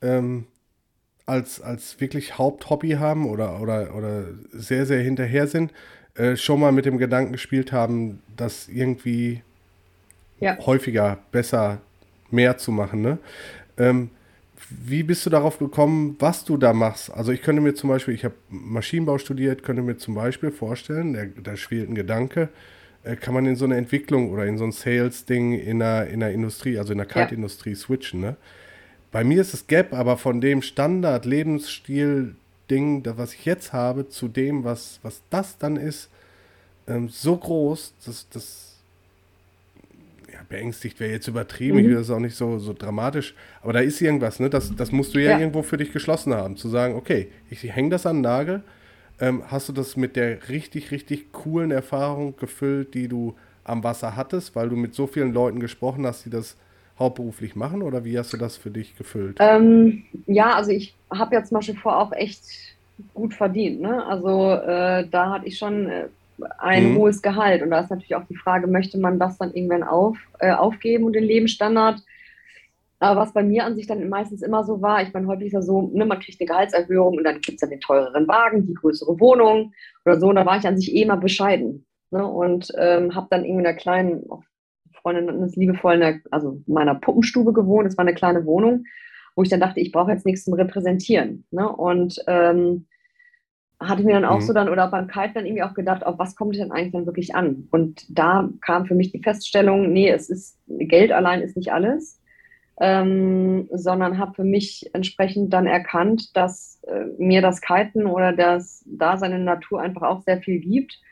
als wirklich Haupthobby haben oder sehr, sehr hinterher sind, schon mal mit dem Gedanken gespielt haben, das irgendwie häufiger, besser, mehr zu machen. Ne? Wie bist du darauf gekommen, was du da machst? Also ich könnte mir zum Beispiel, ich habe Maschinenbau studiert, könnte mir zum Beispiel vorstellen, da schwelt ein Gedanke, kann man in so eine Entwicklung oder in so ein Sales-Ding in der Industrie, also in der Kite-Industrie switchen. Ne? Bei mir ist das Gap aber von dem Standard-Lebensstil-Ding, was ich jetzt habe, zu dem, was das dann ist, so groß, dass beängstigt wäre jetzt übertrieben, ich will das auch nicht so dramatisch, aber da ist irgendwas, ne? Das musst du ja irgendwo für dich geschlossen haben, zu sagen, okay, ich hänge das an den Nagel. Hast du das mit der richtig, richtig coolen Erfahrung gefüllt, die du am Wasser hattest, weil du mit so vielen Leuten gesprochen hast, die das hauptberuflich machen, oder wie hast du das für dich gefüllt? Ja, also ich habe ja zum Beispiel vorher auch echt gut verdient, ne? Also da hatte ich schon ein hohes Gehalt. Und da ist natürlich auch die Frage, möchte man das dann irgendwann aufgeben und den Lebensstandard? Aber was bei mir an sich dann meistens immer so war, ich meine, häufig ist ja so, ne, man kriegt eine Gehaltserhöhung und dann gibt es dann den teureren Wagen, die größere Wohnung oder so. Und da war ich an sich immer bescheiden. Ne? Und habe dann irgendwie in einer kleinen, Freundin hat das liebevoll in meiner Puppenstube gewohnt. Das war eine kleine Wohnung, wo ich dann dachte, ich brauche jetzt nichts zum Repräsentieren. Ne? Und hatte mir dann auch so dann, oder beim Kite dann irgendwie auch gedacht, auf was kommt es denn eigentlich dann wirklich an? Und da kam für mich die Feststellung, nee, Geld allein ist nicht alles, sondern habe für mich entsprechend dann erkannt, dass mir das Kiten oder das Dasein in der Natur einfach auch sehr viel gibt.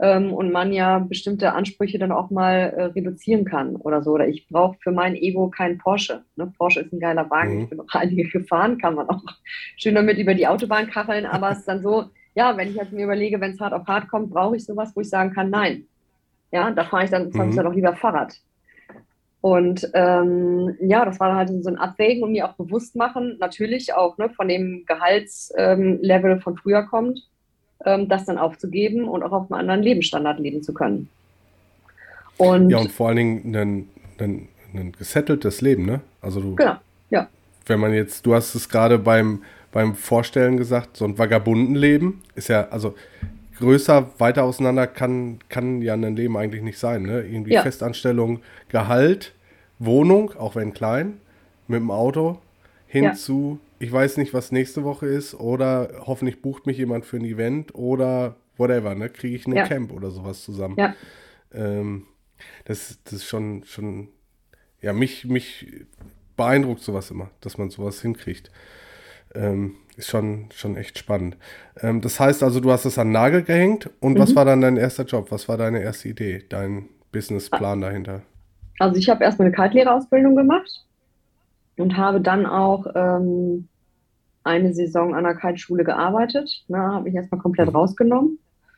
und man ja bestimmte Ansprüche dann auch mal reduzieren kann oder so. Oder ich brauche für mein Ego keinen Porsche. Ne? Porsche ist ein geiler Wagen. Ich bin auch einige gefahren, kann man auch schön damit über die Autobahn kacheln. Aber es ist dann so, ja, wenn ich jetzt mir überlege, wenn es hart auf hart kommt, brauche ich sowas, wo ich sagen kann, nein. Ja, da fahre ich dann auch lieber Fahrrad. Und ja, das war dann halt so ein Abwägen und mir auch bewusst machen, natürlich auch von dem Gehaltslevel von früher kommt, das dann aufzugeben und auch auf einem anderen Lebensstandard leben zu können. Und vor allen Dingen ein gesetteltes Leben, ne? Also genau, ja. Wenn man jetzt, du hast es gerade beim Vorstellen gesagt, so ein Vagabundenleben ist ja, also größer, weiter auseinander kann ja ein Leben eigentlich nicht sein, ne? Irgendwie Festanstellung, Gehalt, Wohnung, auch wenn klein, mit dem Auto, zu, ich weiß nicht, was nächste Woche ist, oder hoffentlich bucht mich jemand für ein Event oder whatever, ne? Kriege ich ein Camp oder sowas zusammen. Ja. Das ist schon, ja, mich beeindruckt sowas immer, dass man sowas hinkriegt. Ist schon echt spannend. Das heißt also, du hast es an den Nagel gehängt und was war dann dein erster Job? Was war deine erste Idee, dein Businessplan dahinter? Also ich habe erstmal eine Kitelehrerausbildung gemacht und habe dann auch eine Saison an der Kiteschule gearbeitet. Habe mich erstmal komplett rausgenommen.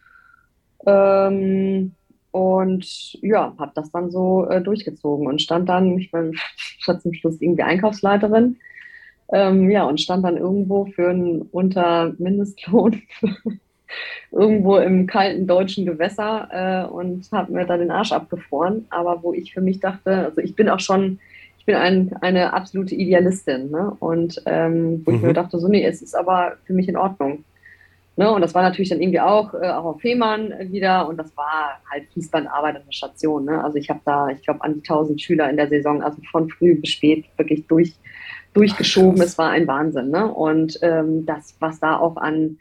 Und ja, habe das dann so durchgezogen und stand dann, ich war zum Schluss irgendwie Einkaufsleiterin, und stand dann irgendwo für einen unter Mindestlohn irgendwo im kalten deutschen Gewässer und habe mir da den Arsch abgefroren. Aber wo ich für mich dachte, also ich bin eine absolute Idealistin, ne? Und wo ich mir dachte, so, nee, es ist aber für mich in Ordnung. Ne? Und das war natürlich dann irgendwie auch auf Fehmarn wieder und das war halt Fließbandarbeit an der Station. Ne? Also ich habe da, ich glaube, an die 1000 Schüler in der Saison, also von früh bis spät wirklich durchgeschoben. Es war ein Wahnsinn. Ne? Und das, was da auch an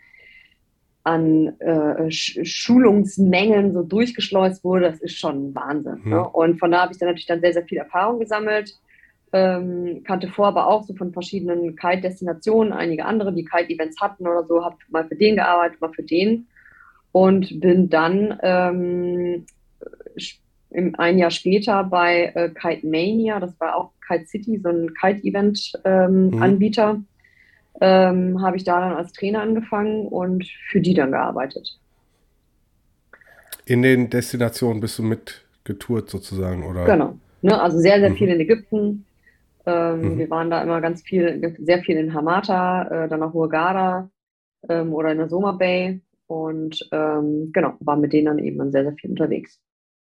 Schulungsmengen so durchgeschleust wurde, das ist schon Wahnsinn. Ne? Und von da habe ich dann natürlich sehr, sehr viel Erfahrung gesammelt. Kannte aber auch so von verschiedenen Kite-Destinationen, einige andere, die Kite-Events hatten oder so, habe mal für den gearbeitet, mal für den und bin dann ein Jahr später bei Kite Mania, das war auch Kite City, so ein Kite-Event-Anbieter, habe ich da dann als Trainer angefangen und für die dann gearbeitet. In den Destinationen bist du mitgetourt sozusagen, oder? Genau, ne, also sehr, sehr viel in Ägypten. Wir waren da immer sehr viel in Hamata, dann auch Hurghada oder in der Soma Bay und waren mit denen dann eben sehr, sehr viel unterwegs.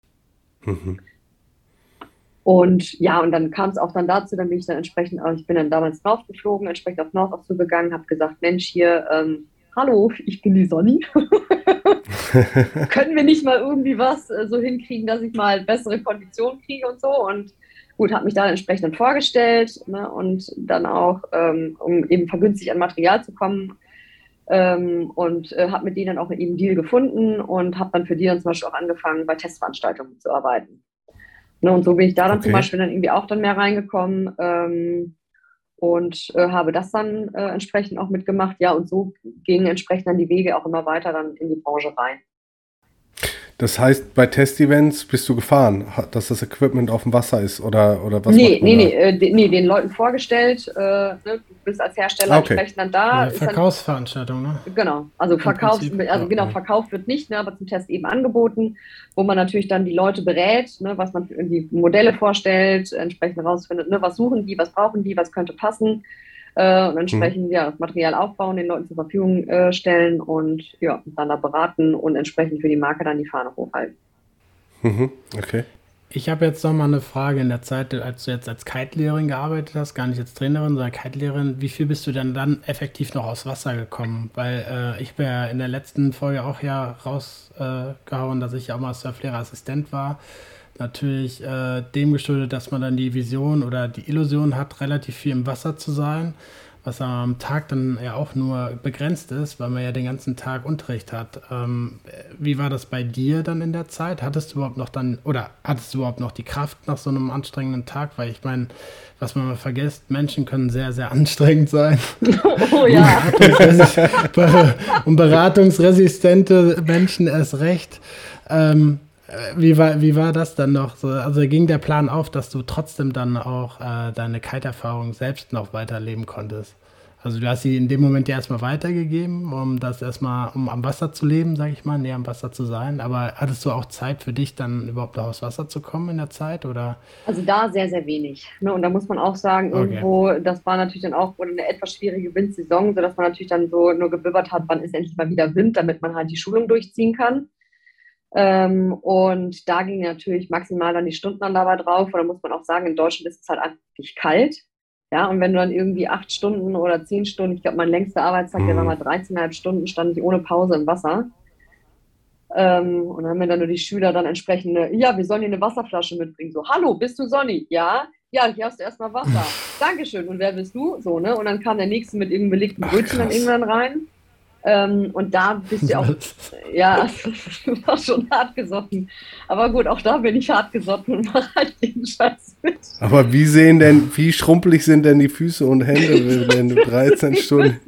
Und ja, und dann kam es auch dann dazu, dann bin ich dann entsprechend, ich bin dann damals raufgeflogen, entsprechend auf North auch zugegangen, habe gesagt, Mensch, hier, hallo, ich bin die Sonny. Können wir nicht mal irgendwie was so hinkriegen, dass ich mal bessere Konditionen kriege und so und gut, habe mich da entsprechend dann vorgestellt, ne, und dann auch, um eben vergünstigt an Material zu kommen und habe mit denen dann auch einen Deal gefunden und habe dann für die dann zum Beispiel auch angefangen, bei Testveranstaltungen zu arbeiten. Ne, und so bin ich da dann zum Beispiel dann irgendwie auch dann mehr reingekommen und habe das dann entsprechend auch mitgemacht. Ja, und so gingen entsprechend dann die Wege auch immer weiter dann in die Branche rein. Das heißt, bei Testevents bist du gefahren, dass das Equipment auf dem Wasser ist oder was? Nee, den Leuten vorgestellt, ne, du bist als Hersteller entsprechend dann da. Eine Verkaufsveranstaltung, ne? Genau, also Verkauf wird nicht, ne, aber zum Test eben angeboten, wo man natürlich dann die Leute berät, ne, was man für die Modelle vorstellt, entsprechend rausfindet, ne, was suchen die, was brauchen die, was könnte passen. Und entsprechend das Material aufbauen, den Leuten zur Verfügung stellen und dann da beraten und entsprechend für die Marke dann die Fahne hochhalten. Okay. Ich habe jetzt noch mal eine Frage. In der Zeit, als du jetzt als Kite-Lehrerin gearbeitet hast, gar nicht als Trainerin, sondern Kite-Lehrerin, wie viel bist du denn dann effektiv noch aufs Wasser gekommen? Weil ich bin ja in der letzten Folge auch rausgehauen, dass ich auch mal Surflehrerassistent war. Natürlich dem geschuldet, dass man dann die Vision oder die Illusion hat, relativ viel im Wasser zu sein, was am Tag dann ja auch nur begrenzt ist, weil man ja den ganzen Tag Unterricht hat. Wie war das bei dir dann in der Zeit? Hattest du überhaupt noch die Kraft nach so einem anstrengenden Tag? Weil ich meine, was man mal vergisst, Menschen können sehr, sehr anstrengend sein. Oh ja. Und beratungsresistente Menschen erst recht. Wie war das dann noch so? Also ging der Plan auf, dass du trotzdem dann auch deine Kite-Erfahrung selbst noch weiterleben konntest? Also du hast sie in dem Moment ja erstmal weitergegeben, um am Wasser zu leben, sage ich mal, näher am Wasser zu sein. Aber hattest du auch Zeit für dich, dann überhaupt noch aufs Wasser zu kommen in der Zeit, oder? Also da sehr, sehr wenig. Ne? Und da muss man auch sagen, irgendwo, das war natürlich dann auch eine etwas schwierige Windsaison, sodass man natürlich dann so nur gebibbert hat, wann ist endlich mal wieder Wind, damit man halt die Schulung durchziehen kann. Und da ging natürlich maximal dann die Stundenanlage drauf. Und da muss man auch sagen, in Deutschland ist es halt eigentlich kalt. Ja, und wenn du dann irgendwie 8 Stunden oder 10 Stunden, ich glaube, mein längster Arbeitstag, der war mal 13,5 Stunden, stand ich ohne Pause im Wasser. Und dann haben mir dann nur die Schüler dann entsprechend, ja, wir sollen dir eine Wasserflasche mitbringen. So, hallo, bist du Sonny? Ja, hier hast du erstmal Wasser. Dankeschön. Und wer bist du? So, ne? Und dann kam der Nächste mit irgendeinem belegten Brötchen dann irgendwann rein. Und da bist du auch, ja, das war schon hart gesotten. Aber gut, auch da bin ich hart gesotten und mache halt den Scheiß mit. Aber wie schrumpelig sind denn die Füße und Hände, wenn du 13 Stunden...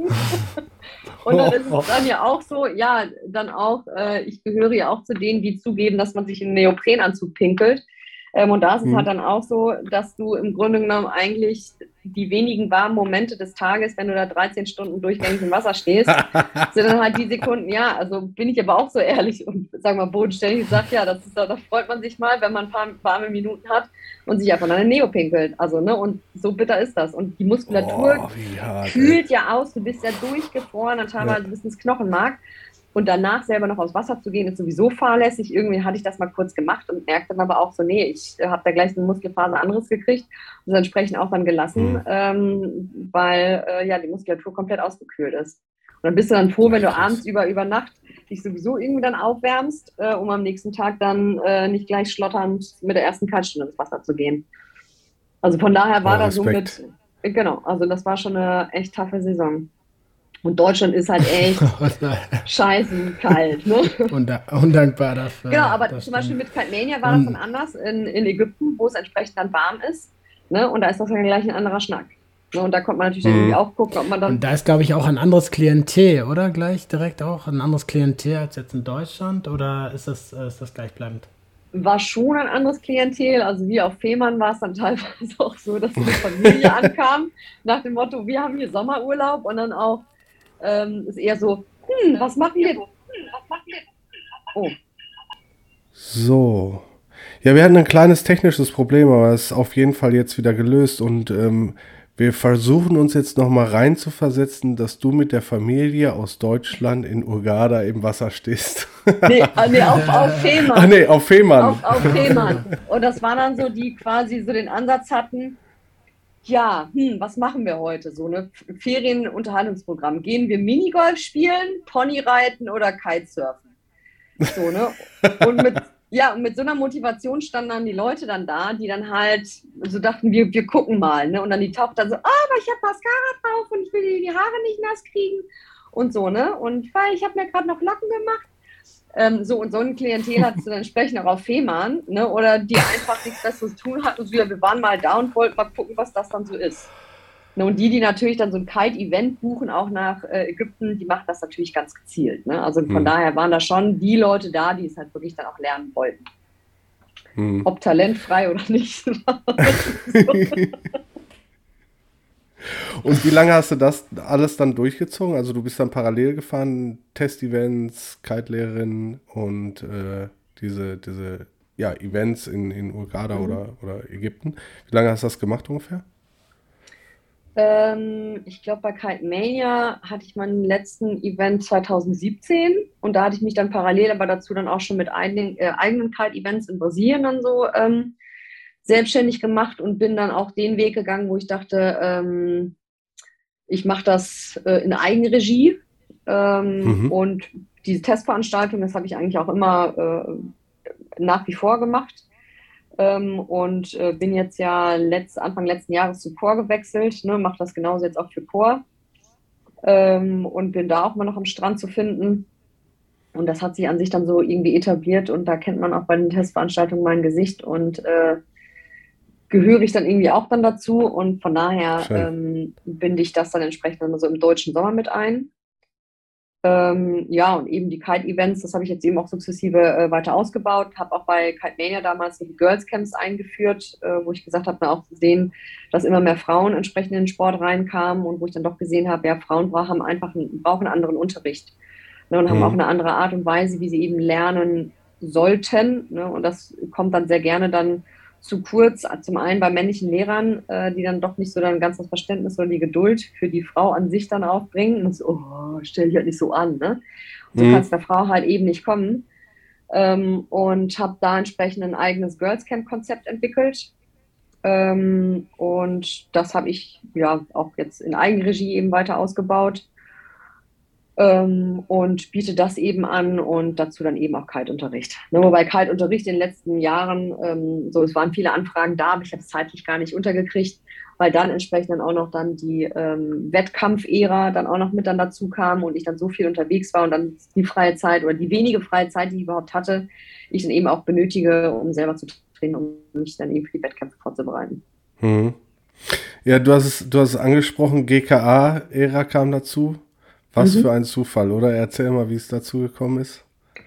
Und dann ist es dann ja auch so, ja, dann auch, ich gehöre ja auch zu denen, die zugeben, dass man sich in einen Neoprenanzug pinkelt. Und da ist es halt dann auch so, dass du im Grunde genommen eigentlich die wenigen warmen Momente des Tages, wenn du da 13 Stunden durchgängig im Wasser stehst, sind dann halt die Sekunden, ja, also bin ich aber auch so ehrlich und sag mal bodenständig und sag, ja, da freut man sich mal, wenn man ein paar warme Minuten hat und sich einfach in eine Neo pinkelt. Also, ne, und so bitter ist das. Und die Muskulatur kühlt ja aus, du bist ja durchgefroren, dann teilweise bis ins Knochenmark. Und danach selber noch aufs Wasser zu gehen, ist sowieso fahrlässig. Irgendwie hatte ich das mal kurz gemacht und merkte dann aber auch so, nee, ich habe da gleich eine Muskelphase anderes gekriegt und das entsprechend auch dann gelassen, weil ja die Muskulatur komplett ausgekühlt ist. Und dann bist du dann froh, wenn du abends über Nacht dich sowieso irgendwie dann aufwärmst, um am nächsten Tag dann nicht gleich schlotternd mit der ersten Kaltstunde ins Wasser zu gehen. Also von daher war das so mit, genau, also das war schon eine echt taffe Saison. Und Deutschland ist halt echt scheißen kalt. Ne? Undankbar dafür. Genau, aber zum Beispiel mit Kitmania war das dann anders in Ägypten, wo es entsprechend dann warm ist. Ne? Und da ist das dann gleich ein anderer Schnack. Ne? Und da konnte man natürlich dann irgendwie auch gucken, ob man dann... Und da ist, glaube ich, auch ein anderes Klientel, oder? Gleich direkt auch ein anderes Klientel als jetzt in Deutschland? Oder ist das gleichbleibend? War schon ein anderes Klientel. Also wie auf Fehmarn war es dann teilweise auch so, dass eine Familie ankam, nach dem Motto, wir haben hier Sommerurlaub und dann auch ist eher so, was machen wir? Oh. So. Ja, wir hatten ein kleines technisches Problem, aber es ist auf jeden Fall jetzt wieder gelöst und wir versuchen uns jetzt nochmal reinzuversetzen, dass du mit der Familie aus Deutschland in Hurghada im Wasser stehst. Nee, auf Fehmarn. Ach nee, auf Fehmarn. Auf Fehmarn. Und das war dann so, die quasi so den Ansatz hatten, ja, was machen wir heute? So eine Ferienunterhaltungsprogramm. Gehen wir Minigolf spielen, Ponyreiten oder Kitesurfen? So, ne? Und mit so einer Motivation standen dann die Leute dann da, die dann halt so dachten, wir gucken mal, ne? Und dann die Tochter so, aber ich habe Mascara drauf und ich will die Haare nicht nass kriegen und so, ne? Und weil ich habe mir gerade noch Locken gemacht. So ein Klientel hat es dann entsprechend auch auf Fehmarn, ne? Oder die einfach nichts Besseres zu tun hatten. So, ja, wir waren mal da und wollten mal gucken, was das dann so ist. Ne? Und die natürlich dann so ein Kite-Event buchen, auch nach Ägypten, die machen das natürlich ganz gezielt. Ne? Also von daher waren da schon die Leute da, die es halt wirklich dann auch lernen wollten. Ob talentfrei oder nicht. Und wie lange hast du das alles dann durchgezogen? Also du bist dann parallel gefahren, Testevents, Kite-Lehrerin und diese Events in Hurghada oder Ägypten. Wie lange hast du das gemacht ungefähr? Ich glaube, bei Kitmania hatte ich meinen letzten Event 2017 und da hatte ich mich dann parallel aber dazu dann auch schon mit eigenen Kite-Events in Brasilien dann so selbstständig gemacht und bin dann auch den Weg gegangen, wo ich dachte, ich mache das in Eigenregie und diese Testveranstaltung, das habe ich eigentlich auch immer nach wie vor gemacht und bin jetzt ja Anfang letzten Jahres zu Core gewechselt, ne, mache das genauso jetzt auch für Core und bin da auch mal noch am Strand zu finden. Und das hat sich an sich dann so irgendwie etabliert und da kennt man auch bei den Testveranstaltungen mein Gesicht und gehöre ich dann irgendwie auch dann dazu und von daher binde ich das dann entsprechend immer so im deutschen Sommer mit ein. Ja, und eben die Kite-Events, das habe ich jetzt eben auch sukzessive weiter ausgebaut. Habe auch bei Kite Mania damals die Girls Camps eingeführt, wo ich gesagt habe, auch zu sehen, dass immer mehr Frauen entsprechend in den Sport reinkamen und wo ich dann doch gesehen habe, ja, Frauen brauchen einen anderen Unterricht, ne, und haben auch eine andere Art und Weise, wie sie eben lernen sollten. Ne, und das kommt dann sehr gerne dann zu kurz, zum einen bei männlichen Lehrern, die dann doch nicht so dann ganz das Verständnis oder die Geduld für die Frau an sich dann aufbringen. Und so, oh, stell dich halt nicht so an. Ne? Und so kann es der Frau halt eben nicht kommen. Und habe da entsprechend ein eigenes Girls Camp-Konzept entwickelt. Und das habe ich ja auch jetzt in Eigenregie eben weiter ausgebaut. Und biete das eben an und dazu dann eben auch Kite-Unterricht. Ne, wobei Kite-Unterricht in den letzten Jahren, es waren viele Anfragen da, aber ich habe es zeitlich gar nicht untergekriegt, weil dann entsprechend dann auch noch dann die Wettkampf-Ära dann auch noch mit dann dazu kam und ich dann so viel unterwegs war und dann die freie Zeit oder die wenige freie Zeit, die ich überhaupt hatte, ich dann eben auch benötige, um selber zu trainieren, um mich dann eben für die Wettkämpfe vorzubereiten. Ja, du hast es angesprochen, GKA-Ära kam dazu. Was für ein Zufall, oder? Erzähl mal, wie es dazu gekommen ist.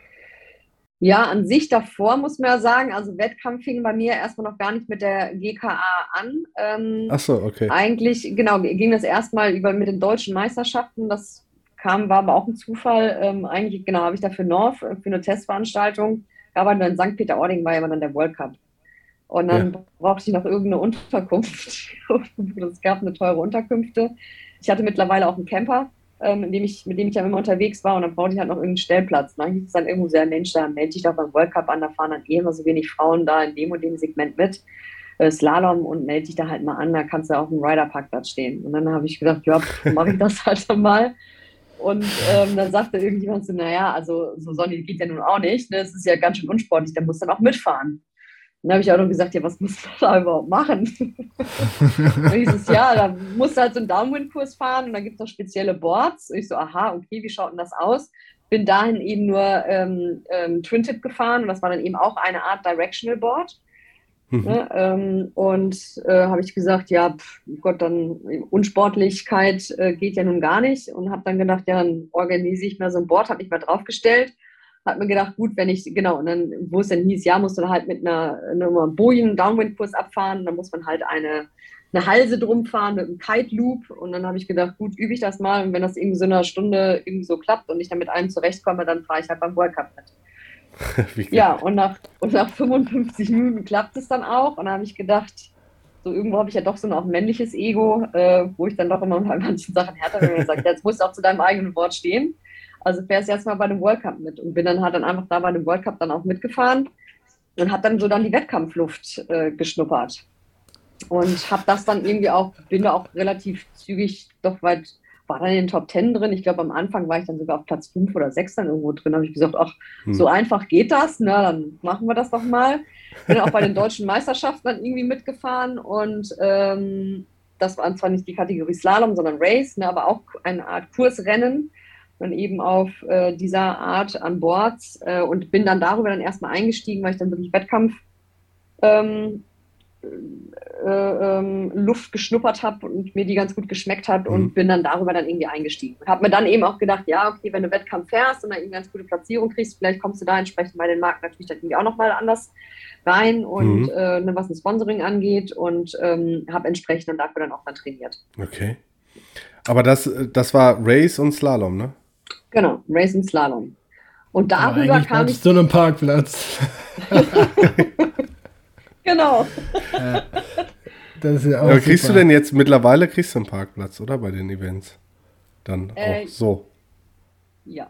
Ja, an sich davor muss man ja sagen, also Wettkampf fing bei mir erstmal noch gar nicht mit der GKA an. Ach so, okay. Eigentlich, genau, ging das erstmal mit den deutschen Meisterschaften. Das war aber auch ein Zufall. Eigentlich, genau, habe ich da für North, für eine Testveranstaltung, aber in St. Peter-Ording war ja dann der World Cup. Und dann brauchte ich noch irgendeine Unterkunft. Es gab eine teure Unterkünfte. Ich hatte mittlerweile auch einen Camper, mit dem ich ja immer unterwegs war und dann brauchte ich halt noch irgendeinen Stellplatz. Dann hieß es dann irgendwo sehr, Mensch, da melde dich doch beim World Cup an, da fahren dann immer so wenig Frauen da in dem und dem Segment mit, Slalom, und melde dich da halt mal an, da kannst du auf dem Rider-Parkplatz stehen. Und dann habe ich gedacht, ja, mache ich das halt mal. Und dann sagte irgendjemand so, naja, also so Sonny geht ja nun auch nicht, ne? Das ist ja ganz schön unsportlich, der muss dann auch mitfahren. Dann habe ich auch noch gesagt, ja, was muss man da überhaupt machen? Dann hieß es, ja, da musst du halt so einen Downwind-Kurs fahren und dann gibt es noch spezielle Boards. Und ich so, aha, okay, wie schaut denn das aus? Bin dahin eben nur Twin-Tip gefahren und das war dann eben auch eine Art Directional Board. Ne? Habe ich gesagt, ja, Gott, dann Unsportlichkeit geht ja nun gar nicht und habe dann gedacht, ja, dann organisiere ich mal so ein Board, habe mich mal draufgestellt. Hat mir gedacht, gut, und dann, wo es dann hieß, ja, musst du halt mit einer Bojen Downwind-Kurs abfahren, dann muss man halt eine Halse drum fahren mit einem Kite-Loop und dann habe ich gedacht, gut, übe ich das mal und wenn das irgendwie so eine Stunde irgendwie so klappt und ich dann mit einem zurechtkomme, dann fahre ich halt beim World Cup mit. Ja, und nach 55 Minuten klappt es dann auch und dann habe ich gedacht, so irgendwo habe ich ja doch so ein männliches Ego, wo ich dann doch immer bei manchen Sachen härter bin und gesagt, jetzt musst du auch zu deinem eigenen Wort stehen. Also fährst jetzt mal bei dem World Cup mit und bin dann halt dann einfach da bei dem World Cup dann auch mitgefahren und habe dann so dann die Wettkampfluft geschnuppert und habe das dann irgendwie auch, bin da auch relativ zügig doch weit, war dann in den Top 10 drin. Ich glaube, am Anfang war ich dann sogar auf Platz 5 oder 6 dann irgendwo drin. Habe ich gesagt, ach, so einfach geht das, na, dann machen wir das doch mal. Bin auch bei den deutschen Meisterschaften dann irgendwie mitgefahren und das war zwar nicht die Kategorie Slalom, sondern Race, ne, aber auch eine Art Kursrennen. Dann eben auf dieser Art an Boards und bin dann darüber dann erstmal eingestiegen, weil ich dann wirklich Wettkampf Luft geschnuppert habe und mir die ganz gut geschmeckt hat und bin dann darüber dann irgendwie eingestiegen. Habe mir dann eben auch gedacht, ja, okay, wenn du Wettkampf fährst und dann irgendwie ganz gute Platzierung kriegst, vielleicht kommst du da entsprechend bei den Marken natürlich dann irgendwie auch nochmal anders rein und was ein Sponsoring angeht und habe entsprechend dann dafür dann auch dann trainiert. Okay. Aber das war Race und Slalom, ne? Genau, Race und Slalom. Und darüber kam ich zu einem Parkplatz. Genau. Das ist ja auch aber kriegst du denn jetzt mittlerweile einen Parkplatz, oder? Bei den Events? Dann auch so. Ja.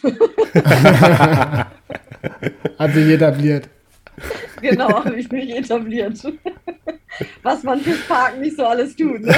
Hat sich etabliert. Genau, habe ich mich etabliert. Was man fürs Parken nicht so alles tut, ne?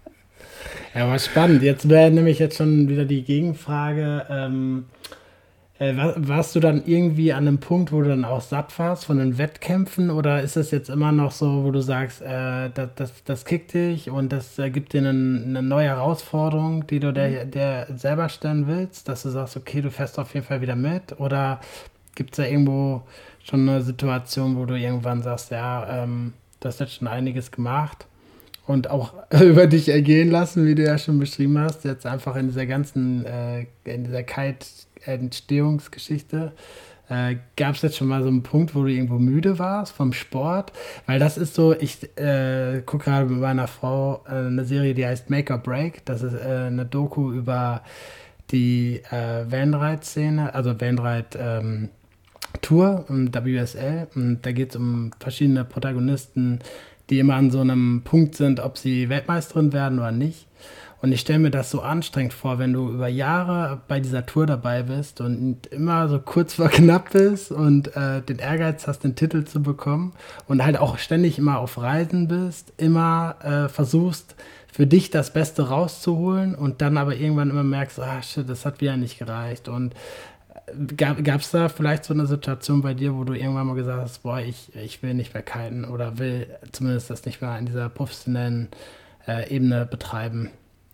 Ja, aber spannend. Jetzt wäre nämlich jetzt schon wieder die Gegenfrage. Warst du dann irgendwie an einem Punkt, wo du dann auch satt warst von den Wettkämpfen oder ist das jetzt immer noch so, wo du sagst, das kickt dich und das gibt dir eine neue Herausforderung, die du der selber stellen willst, dass du sagst, okay, du fährst auf jeden Fall wieder mit oder gibt es da irgendwo schon eine Situation, wo du irgendwann sagst, ja, du hast jetzt schon einiges gemacht und auch über dich ergehen lassen, wie du ja schon beschrieben hast, jetzt einfach in dieser ganzen, in dieser Kite-Entstehungsgeschichte. Gab es jetzt schon mal so einen Punkt, wo du irgendwo müde warst vom Sport? Weil das ist so, ich gucke gerade mit meiner Frau eine Serie, die heißt Make or Break. Das ist eine Doku über die Vanride-Szene, also Vanride-Tour und WSL. Und da geht es um verschiedene Protagonisten, die immer an so einem Punkt sind, ob sie Weltmeisterin werden oder nicht. Und ich stelle mir das so anstrengend vor, wenn du über Jahre bei dieser Tour dabei bist und immer so kurz vor knapp bist und den Ehrgeiz hast, den Titel zu bekommen und halt auch ständig immer auf Reisen bist, immer versuchst, für dich das Beste rauszuholen und dann aber irgendwann immer merkst, shit, das hat wieder nicht gereicht. Und gab es da vielleicht so eine Situation bei dir, wo du irgendwann mal gesagt hast, boah, ich will nicht mehr kiten oder will zumindest das nicht mehr in dieser professionellen Ebene betreiben?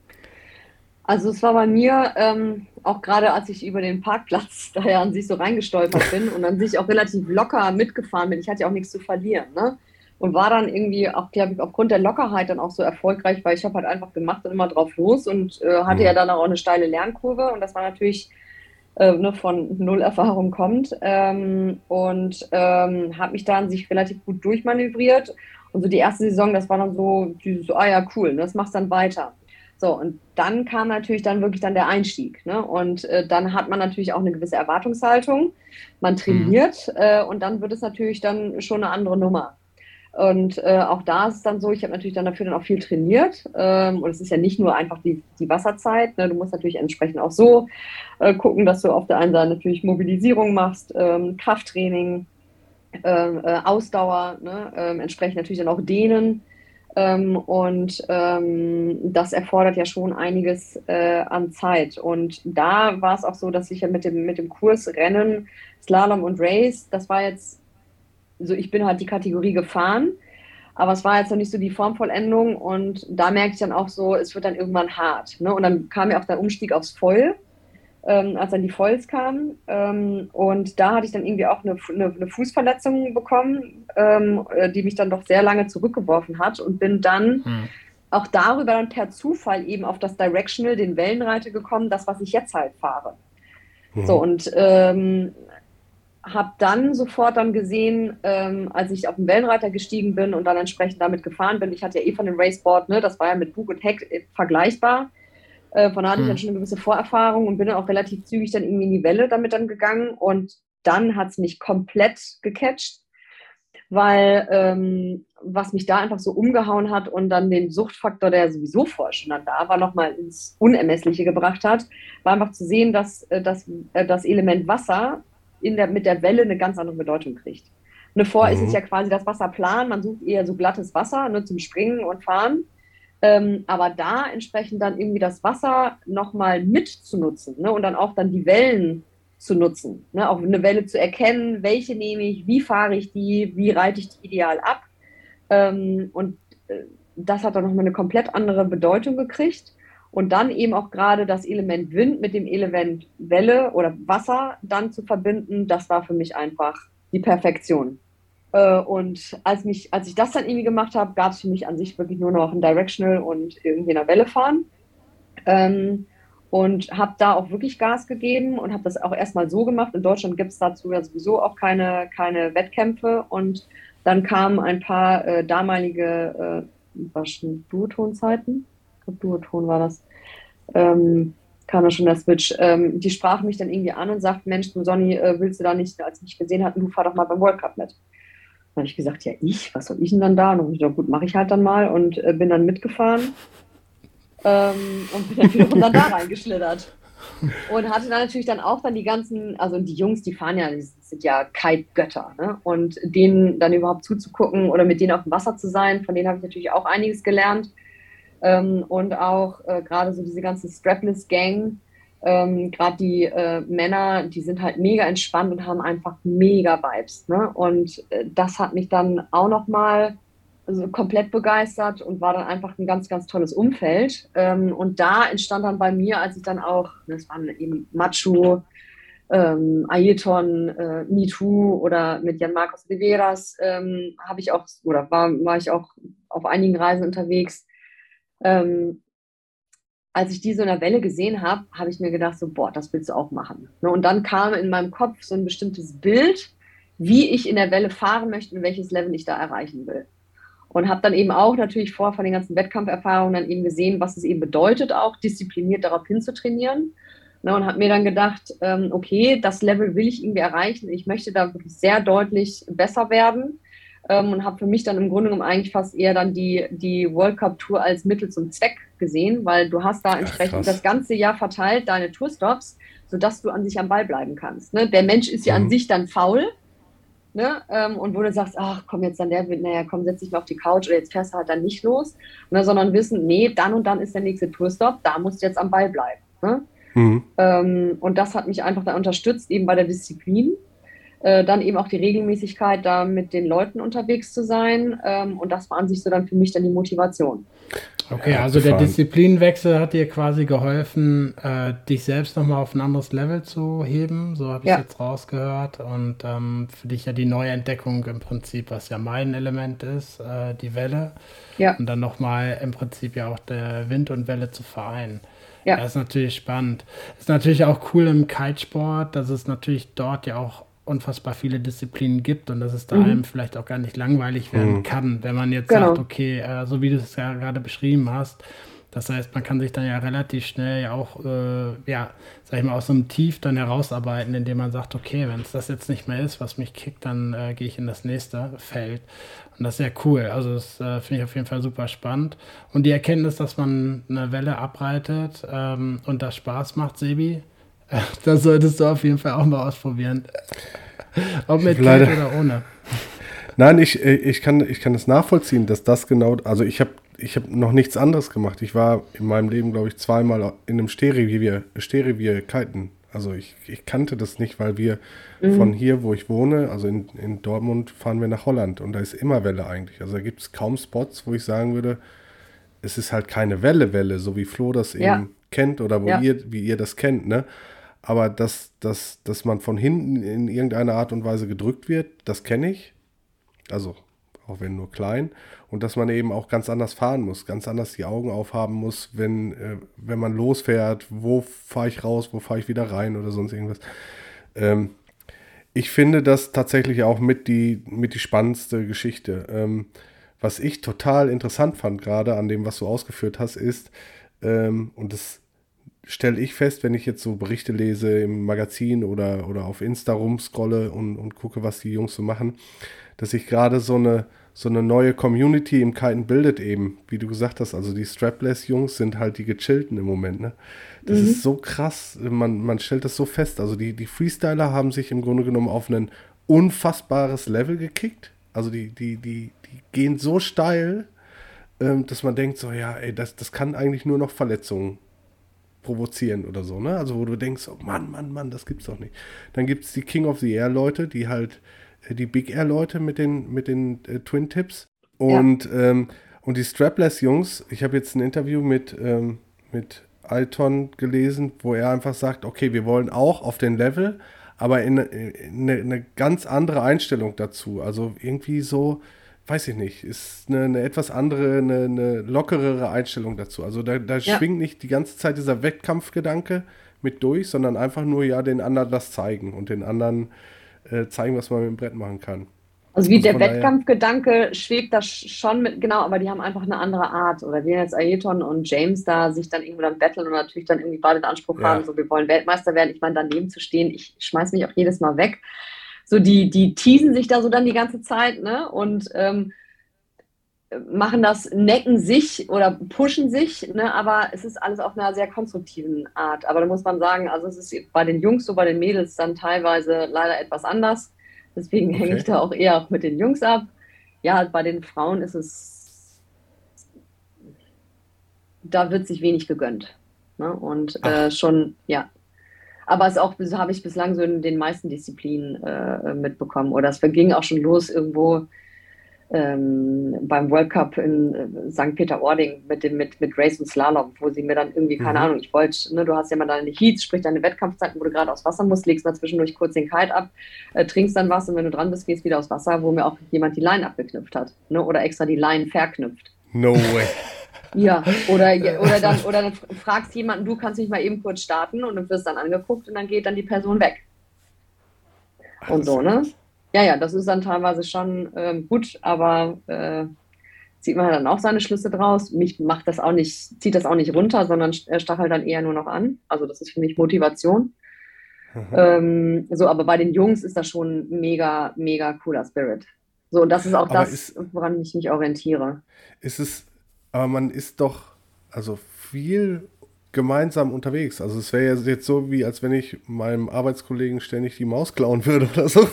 Also es war bei mir, auch gerade als ich über den Parkplatz da ja an sich so reingestolpert bin und an sich auch relativ locker mitgefahren bin. Ich hatte ja auch nichts zu verlieren, ne? Und war dann irgendwie auch, glaube ich, aufgrund der Lockerheit dann auch so erfolgreich, weil ich habe halt einfach gemacht und immer drauf los und hatte ja dann auch eine steile Lernkurve und das war natürlich von null Erfahrung kommt und habe mich da an sich relativ gut durchmanövriert. Und so die erste Saison, das war dann so, dieses, ja cool, ne, das machst dann weiter. So, und dann kam natürlich dann wirklich dann der Einstieg. Ne? Und dann hat man natürlich auch eine gewisse Erwartungshaltung. Man trainiert und dann wird es natürlich dann schon eine andere Nummer. Und auch da ist es dann so, ich habe natürlich dann dafür dann auch viel trainiert. Und es ist ja nicht nur einfach die Wasserzeit. Ne? Du musst natürlich entsprechend auch so gucken, dass du auf der einen Seite natürlich Mobilisierung machst, Krafttraining, Ausdauer, ne? Entsprechend natürlich dann auch Dehnen. Das erfordert ja schon einiges an Zeit. Und da war es auch so, dass ich ja mit dem Kurs Rennen, Slalom und Race, das war jetzt, so ich bin halt die Kategorie gefahren, aber es war jetzt noch nicht so die Formvollendung und da merke ich dann auch so, es wird dann irgendwann hart. Ne? Und dann kam ja auch der Umstieg aufs Foil, als dann die Foils kamen. Und da hatte ich dann irgendwie auch eine Fußverletzung bekommen, die mich dann doch sehr lange zurückgeworfen hat und bin dann auch darüber dann per Zufall eben auf das Directional, den Wellenreiter gekommen, das, was ich jetzt halt fahre. So, und habe dann sofort dann gesehen, als ich auf den Wellenreiter gestiegen bin und dann entsprechend damit gefahren bin, ich hatte ja von dem Raceboard, ne, das war ja mit Bug und Heck vergleichbar, von da hatte ich dann schon eine gewisse Vorerfahrung und bin dann auch relativ zügig dann irgendwie in die Welle damit dann gegangen und dann hat es mich komplett gecatcht, weil was mich da einfach so umgehauen hat und dann den Suchtfaktor, der sowieso vorher schon dann da war, nochmal ins Unermessliche gebracht hat, war einfach zu sehen, dass das Element Wasser mit der Welle eine ganz andere Bedeutung kriegt. Und davor ist es ja quasi das Wasser plan, man sucht eher so glattes Wasser, nur zum Springen und Fahren. Aber da entsprechend dann irgendwie das Wasser nochmal mitzunutzen, ne? Und dann auch dann die Wellen zu nutzen, ne? Auch eine Welle zu erkennen, welche nehme ich, wie fahre ich die, wie reite ich die ideal ab. Das hat dann nochmal eine komplett andere Bedeutung gekriegt. Und dann eben auch gerade das Element Wind mit dem Element Welle oder Wasser dann zu verbinden, das war für mich einfach die Perfektion. Und als ich das dann irgendwie gemacht habe, gab es für mich an sich wirklich nur noch ein Directional und irgendwie in der Welle fahren. Und habe da auch wirklich Gas gegeben und habe das auch erstmal so gemacht. In Deutschland gibt es dazu ja sowieso auch keine Wettkämpfe. Und dann kamen ein paar damalige Duoton-Zeiten. Ich glaube, Duoton war das. Kam da schon der Switch. Die sprachen mich dann irgendwie an und sagten, Mensch, du Sonny, willst du da nicht, als ich mich gesehen hatten, du fahr doch mal beim World Cup mit. Dann habe ich gesagt, ja was soll ich denn dann da? Und ich dachte, gut, mache ich halt dann mal und bin dann mitgefahren und bin dann wiederum dann da reingeschlittert. Und hatte dann natürlich dann auch dann die ganzen, also die Jungs, die fahren ja, die sind ja Kite-Götter, ne? Und denen dann überhaupt zuzugucken oder mit denen auf dem Wasser zu sein, von denen habe ich natürlich auch einiges gelernt. Und auch gerade so diese ganze Strapless-Gang, Gerade die Männer, die sind halt mega entspannt und haben einfach mega Vibes. Ne? Und das hat mich dann auch nochmal also komplett begeistert und war dann einfach ein ganz, ganz tolles Umfeld. Und da entstand dann bei mir, als ich dann auch, das waren eben Machu, Ayrton, MeToo oder mit Jan Marcos Oliveras habe ich auch, oder war ich auch auf einigen Reisen unterwegs. Als ich die so in der Welle gesehen habe, habe ich mir gedacht, so, boah, das willst du auch machen. Ne? Und dann kam in meinem Kopf so ein bestimmtes Bild, wie ich in der Welle fahren möchte und welches Level ich da erreichen will. Und habe dann eben auch natürlich von den ganzen Wettkampferfahrungen dann eben gesehen, was es eben bedeutet, auch diszipliniert darauf hinzutrainieren. Ne? Und habe mir dann gedacht, okay, das Level will ich irgendwie erreichen. Ich möchte da wirklich sehr deutlich besser werden. Und habe für mich dann im Grunde genommen eigentlich fast eher dann die World Cup Tour als Mittel zum Zweck gesehen, weil du hast da entsprechend das ganze Jahr verteilt deine Tourstops, sodass du an sich am Ball bleiben kannst. Ne? Der Mensch ist ja an sich dann faul, ne? Und wo du sagst, ach komm, jetzt dann naja, komm, setz dich mal auf die Couch oder jetzt fährst du halt dann nicht los, ne? Sondern wissen, nee, dann und dann ist der nächste Tourstop, da musst du jetzt am Ball bleiben. Ne? Und das hat mich einfach da unterstützt, eben bei der Disziplin. Dann eben auch die Regelmäßigkeit, da mit den Leuten unterwegs zu sein. Und das war an sich so dann für mich dann die Motivation. Okay, also der Disziplinwechsel hat dir quasi geholfen, dich selbst nochmal auf ein anderes Level zu heben. So habe ich jetzt rausgehört. Und für dich ja die Neuentdeckung im Prinzip, was ja mein Element ist, die Welle. Ja. Und dann nochmal im Prinzip ja auch der Wind und Welle zu vereinen. Ja. Das ist natürlich spannend. Ist natürlich auch cool im Kitesport, dass es natürlich dort ja auch unfassbar viele Disziplinen gibt und dass es da einem vielleicht auch gar nicht langweilig werden kann, wenn man jetzt sagt, okay, so wie du es ja gerade beschrieben hast, das heißt, man kann sich dann ja relativ schnell ja auch, sag ich mal, aus so einem Tief dann herausarbeiten, indem man sagt, okay, wenn es das jetzt nicht mehr ist, was mich kickt, dann gehe ich in das nächste Feld. Und das ist sehr cool. Also das finde ich auf jeden Fall super spannend. Und die Erkenntnis, dass man eine Welle abreitet und das Spaß macht, Sebi, das solltest du auf jeden Fall auch mal ausprobieren. Ob mit Kite oder ohne. Nein, ich kann das nachvollziehen, dass das genau, also ich habe noch nichts anderes gemacht. Ich war in meinem Leben, glaube ich, zweimal in einem Stehrevier kiten. Also ich kannte das nicht, weil wir von hier, wo ich wohne, also in Dortmund, fahren wir nach Holland und da ist immer Welle eigentlich. Also da gibt es kaum Spots, wo ich sagen würde, es ist halt keine Welle, so wie Flo das eben kennt oder wie ihr das kennt, ne? Aber dass man von hinten in irgendeiner Art und Weise gedrückt wird, das kenne ich. Also, auch wenn nur klein. Und dass man eben auch ganz anders fahren muss, ganz anders die Augen aufhaben muss, wenn man losfährt, wo fahre ich raus, wo fahre ich wieder rein oder sonst irgendwas. Ich finde das tatsächlich auch mit die spannendste Geschichte. Was ich total interessant fand, gerade an dem, was du ausgeführt hast, ist, und das stelle ich fest, wenn ich jetzt so Berichte lese im Magazin oder auf Insta rumscrolle und gucke, was die Jungs so machen, dass sich gerade so eine neue Community im Kiten bildet eben, wie du gesagt hast, also die Strapless-Jungs sind halt die Gechillten im Moment, ne? Das ist so krass, man stellt das so fest, also die Freestyler haben sich im Grunde genommen auf ein unfassbares Level gekickt, also die gehen so steil, dass man denkt so, ja, ey, das kann eigentlich nur noch Verletzungen provozieren oder so, ne? Also wo du denkst, oh Mann, das gibt's doch nicht. Dann gibt's die King of the Air Leute, die halt die Big Air Leute mit den Twin Tips und die Strapless Jungs. Ich habe jetzt ein Interview mit Ayrton gelesen, wo er einfach sagt, okay, wir wollen auch auf den Level, aber in eine ganz andere Einstellung dazu. Also irgendwie so, weiß ich nicht, ist eine etwas andere, eine lockerere Einstellung dazu. Also da schwingt nicht die ganze Zeit dieser Wettkampfgedanke mit durch, sondern einfach nur den anderen das zeigen und den anderen zeigen, was man mit dem Brett machen kann. Also wie der Wettkampfgedanke schwebt da schon mit, genau, aber die haben einfach eine andere Art. Oder wie jetzt Ayrton und James da sich dann irgendwo dann battlen und natürlich dann irgendwie beide den Anspruch haben, so wir wollen Weltmeister werden. Ich meine, daneben zu stehen, ich schmeiß mich auch jedes Mal weg. So die teasen sich da so dann die ganze Zeit, ne? Und machen das, necken sich oder pushen sich, ne? Aber es ist alles auf einer sehr konstruktiven Art. Aber da muss man sagen, also es ist bei den Jungs so, bei den Mädels dann teilweise leider etwas anders. Deswegen hänge ich da auch eher auch mit den Jungs ab. Ja, bei den Frauen ist es, da wird sich wenig gegönnt. Ne? Und schon, ja. Aber es auch, so habe ich bislang so in den meisten Disziplinen mitbekommen. Oder es ging auch schon los irgendwo beim World Cup in St. Peter-Ording mit Race und Slalom, wo sie mir dann irgendwie, keine Ahnung, ich wollte, ne, du hast ja mal deine Heats, sprich deine Wettkampfzeiten, wo du gerade aufs Wasser musst, legst mal zwischendurch kurz den Kite ab, trinkst dann was und wenn du dran bist, gehst wieder aufs Wasser, wo mir auch jemand die Line abgeknüpft hat, ne, oder extra die Line verknüpft. No way. Ja, oder dann fragst jemanden, du kannst mich mal eben kurz starten und du wirst dann angeguckt und dann geht dann die Person weg. Und so, ne? Ja, das ist dann teilweise schon gut, aber zieht man halt dann auch seine Schlüsse draus. Mich zieht das auch nicht runter, sondern stachelt dann eher nur noch an. Also das ist für mich Motivation. So, aber bei den Jungs ist das schon mega, mega cooler Spirit. So, und das ist auch woran ich mich orientiere. Aber man ist doch also viel gemeinsam unterwegs. Also es wäre ja jetzt so, wie als wenn ich meinem Arbeitskollegen ständig die Maus klauen würde oder so.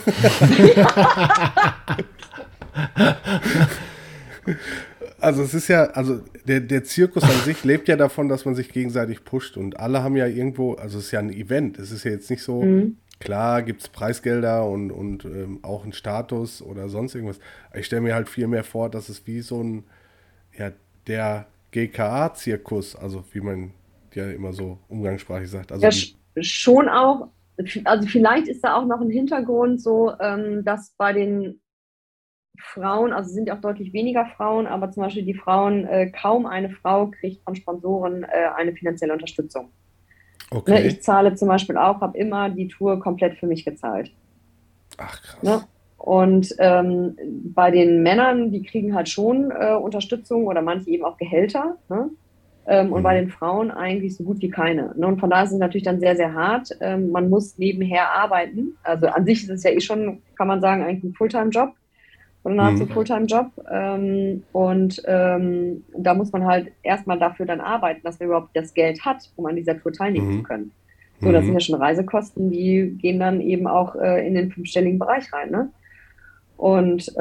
Also es ist ja, also der Zirkus an sich lebt ja davon, dass man sich gegenseitig pusht und alle haben ja irgendwo, also es ist ja ein Event, es ist ja jetzt nicht so, klar gibt es Preisgelder und auch einen Status oder sonst irgendwas. Ich stelle mir halt viel mehr vor, dass es wie so ein, ja, der GKA-Zirkus, also wie man ja immer so umgangssprachlich sagt. Also ja, schon auch, also vielleicht ist da auch noch ein Hintergrund so, dass bei den Frauen, also sind ja auch deutlich weniger Frauen, aber zum Beispiel die Frauen, kaum eine Frau kriegt von Sponsoren eine finanzielle Unterstützung. Okay. Ne, ich zahle zum Beispiel auch, habe immer die Tour komplett für mich gezahlt. Ach krass. Ne? Und bei den Männern, die kriegen halt schon Unterstützung oder manche eben auch Gehälter. Ne? Und bei den Frauen eigentlich so gut wie keine. Ne? Und von daher ist es natürlich dann sehr, sehr hart. Man muss nebenher arbeiten. Also an sich ist es ja schon, kann man sagen, eigentlich ein Fulltime-Job. Oder nahezu Fulltime-Job. Da muss man halt erstmal dafür dann arbeiten, dass man überhaupt das Geld hat, um an dieser Tour teilnehmen zu können. So, das sind ja schon Reisekosten, die gehen dann eben auch in den 5-stelligen Bereich rein. Ne? Und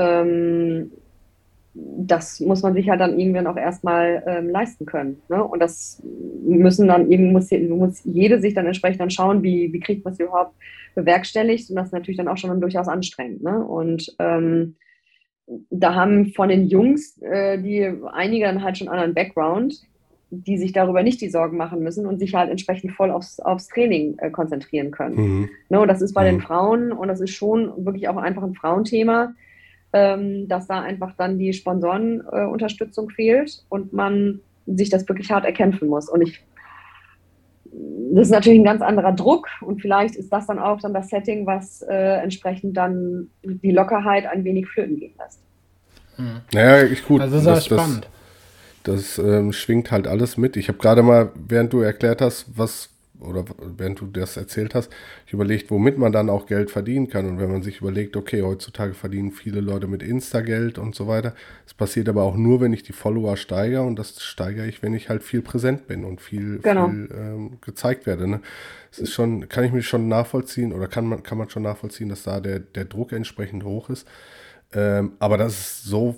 das muss man sich halt dann irgendwann auch erstmal leisten können. Ne? Und das muss jede sich dann entsprechend dann schauen, wie kriegt man es überhaupt bewerkstelligt. Und das ist natürlich dann auch schon durchaus anstrengend. Ne? Und da haben von den Jungs, einige dann halt schon einen anderen Background, die sich darüber nicht die Sorgen machen müssen und sich halt entsprechend voll aufs Training konzentrieren können. Ne? Und das ist bei den Frauen, und das ist schon wirklich auch einfach ein Frauenthema, dass da einfach dann die Sponsorenunterstützung fehlt und man sich das wirklich hart erkämpfen muss. Und das ist natürlich ein ganz anderer Druck und vielleicht ist das dann auch dann das Setting, was entsprechend dann die Lockerheit ein wenig flöten gehen lässt. Naja, gut. Also das ist spannend. Das schwingt halt alles mit. Ich habe gerade mal, während du erklärt hast, während du das erzählt hast, ich überlegt, womit man dann auch Geld verdienen kann. Und wenn man sich überlegt, okay, heutzutage verdienen viele Leute mit Insta-Geld und so weiter. Das passiert aber auch nur, wenn ich die Follower steigere, und das steigere ich, wenn ich halt viel präsent bin und viel gezeigt werde. Ne? Es ist schon, kann ich mich schon nachvollziehen, oder kann man schon nachvollziehen, dass da der Druck entsprechend hoch ist. Aber dass es so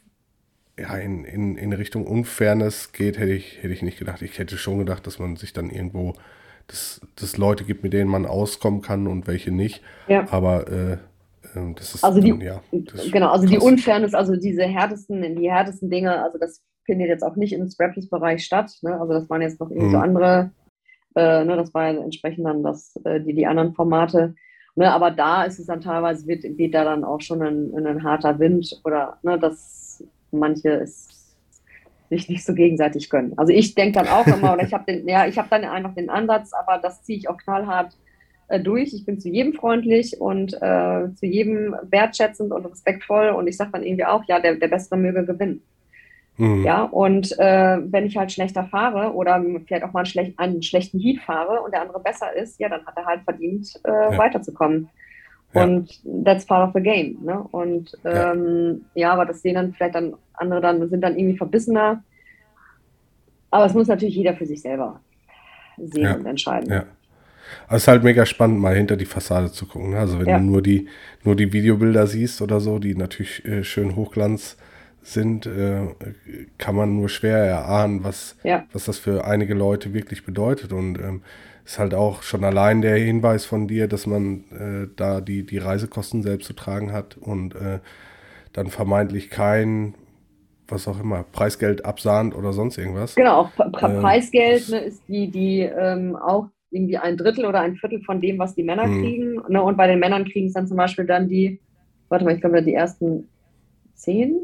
in Richtung Unfairness geht, hätte ich nicht gedacht. Ich hätte schon gedacht, dass man sich dann irgendwo, dass es Leute gibt, mit denen man auskommen kann und welche nicht. Ja. Aber das ist also die Unfairness, also die härtesten Dinge, also das findet jetzt auch nicht im Strapless-Bereich statt. Ne? Also das waren jetzt noch irgendwie so andere, das war ja entsprechend dann die anderen Formate. Ne? Aber da ist es dann teilweise, weht da dann auch schon ein harter Wind oder dass manche es sich nicht so gegenseitig gönnen. Also ich denke dann auch immer, oder ich habe dann einfach den Ansatz, aber das ziehe ich auch knallhart durch. Ich bin zu jedem freundlich und zu jedem wertschätzend und respektvoll und ich sage dann irgendwie auch, ja, der Bessere möge gewinnen. Ja, und wenn ich halt schlechter fahre oder vielleicht auch mal einen schlechten Heat fahre und der andere besser ist, ja, dann hat er halt verdient, weiterzukommen. Und that's part of the game. Ne? Und aber das sehen dann vielleicht dann andere sind dann irgendwie verbissener. Aber es muss natürlich jeder für sich selber sehen und entscheiden. Ja. Aber es ist halt mega spannend, mal hinter die Fassade zu gucken. Ne? Also wenn du nur die Videobilder siehst oder so, die natürlich schön Hochglanz sind, kann man nur schwer erahnen, was das für einige Leute wirklich bedeutet. Und ist halt auch schon allein der Hinweis von dir, dass man da die Reisekosten selbst zu tragen hat und dann vermeintlich kein, was auch immer, Preisgeld absahnt oder sonst irgendwas. Genau, auch Preisgeld, ne, ist die auch irgendwie 1/3 oder 1/4 von dem, was die Männer kriegen. Ne? Und bei den Männern kriegen es dann zum Beispiel dann die ersten 10,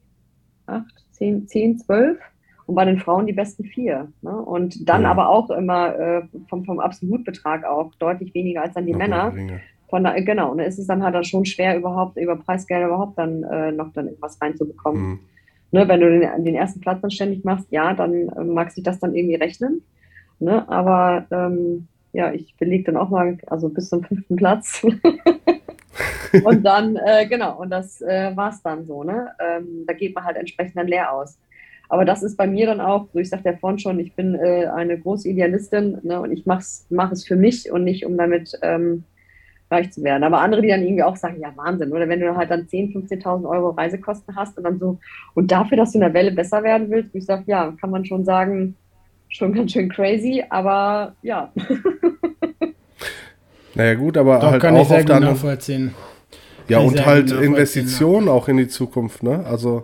12 und bei den Frauen die besten 4. Ne? Und dann aber auch immer vom Absolutbetrag auch deutlich weniger als dann die Männer. Genau, und es ist dann halt dann schon schwer, überhaupt über Preisgelder überhaupt dann noch dann irgendwas reinzubekommen. Ne, wenn du den ersten Platz dann ständig machst, ja, dann mag sich das dann irgendwie rechnen. Ne? Aber ich belege dann auch mal, also bis zum 5. Platz. Und dann, und das war es dann so. Ne? Da geht man halt entsprechend dann leer aus. Aber das ist bei mir dann auch, so ich sagte ja vorhin schon, ich bin eine große Idealistin, ne? Und ich mach es für mich und nicht, um damit reich zu werden. Aber andere, die dann irgendwie auch sagen, ja Wahnsinn, oder wenn du halt dann 10.000, 15.000 Euro Reisekosten hast und dann so, und dafür, dass du in der Welle besser werden willst, ich sage, ja, kann man schon sagen, schon ganz schön crazy, aber ja. Naja gut, aber doch, halt kann auch ich sehr auf der gut anderen... nachvollziehen. Ja, und halt Investitionen auch in die Zukunft, ne? Also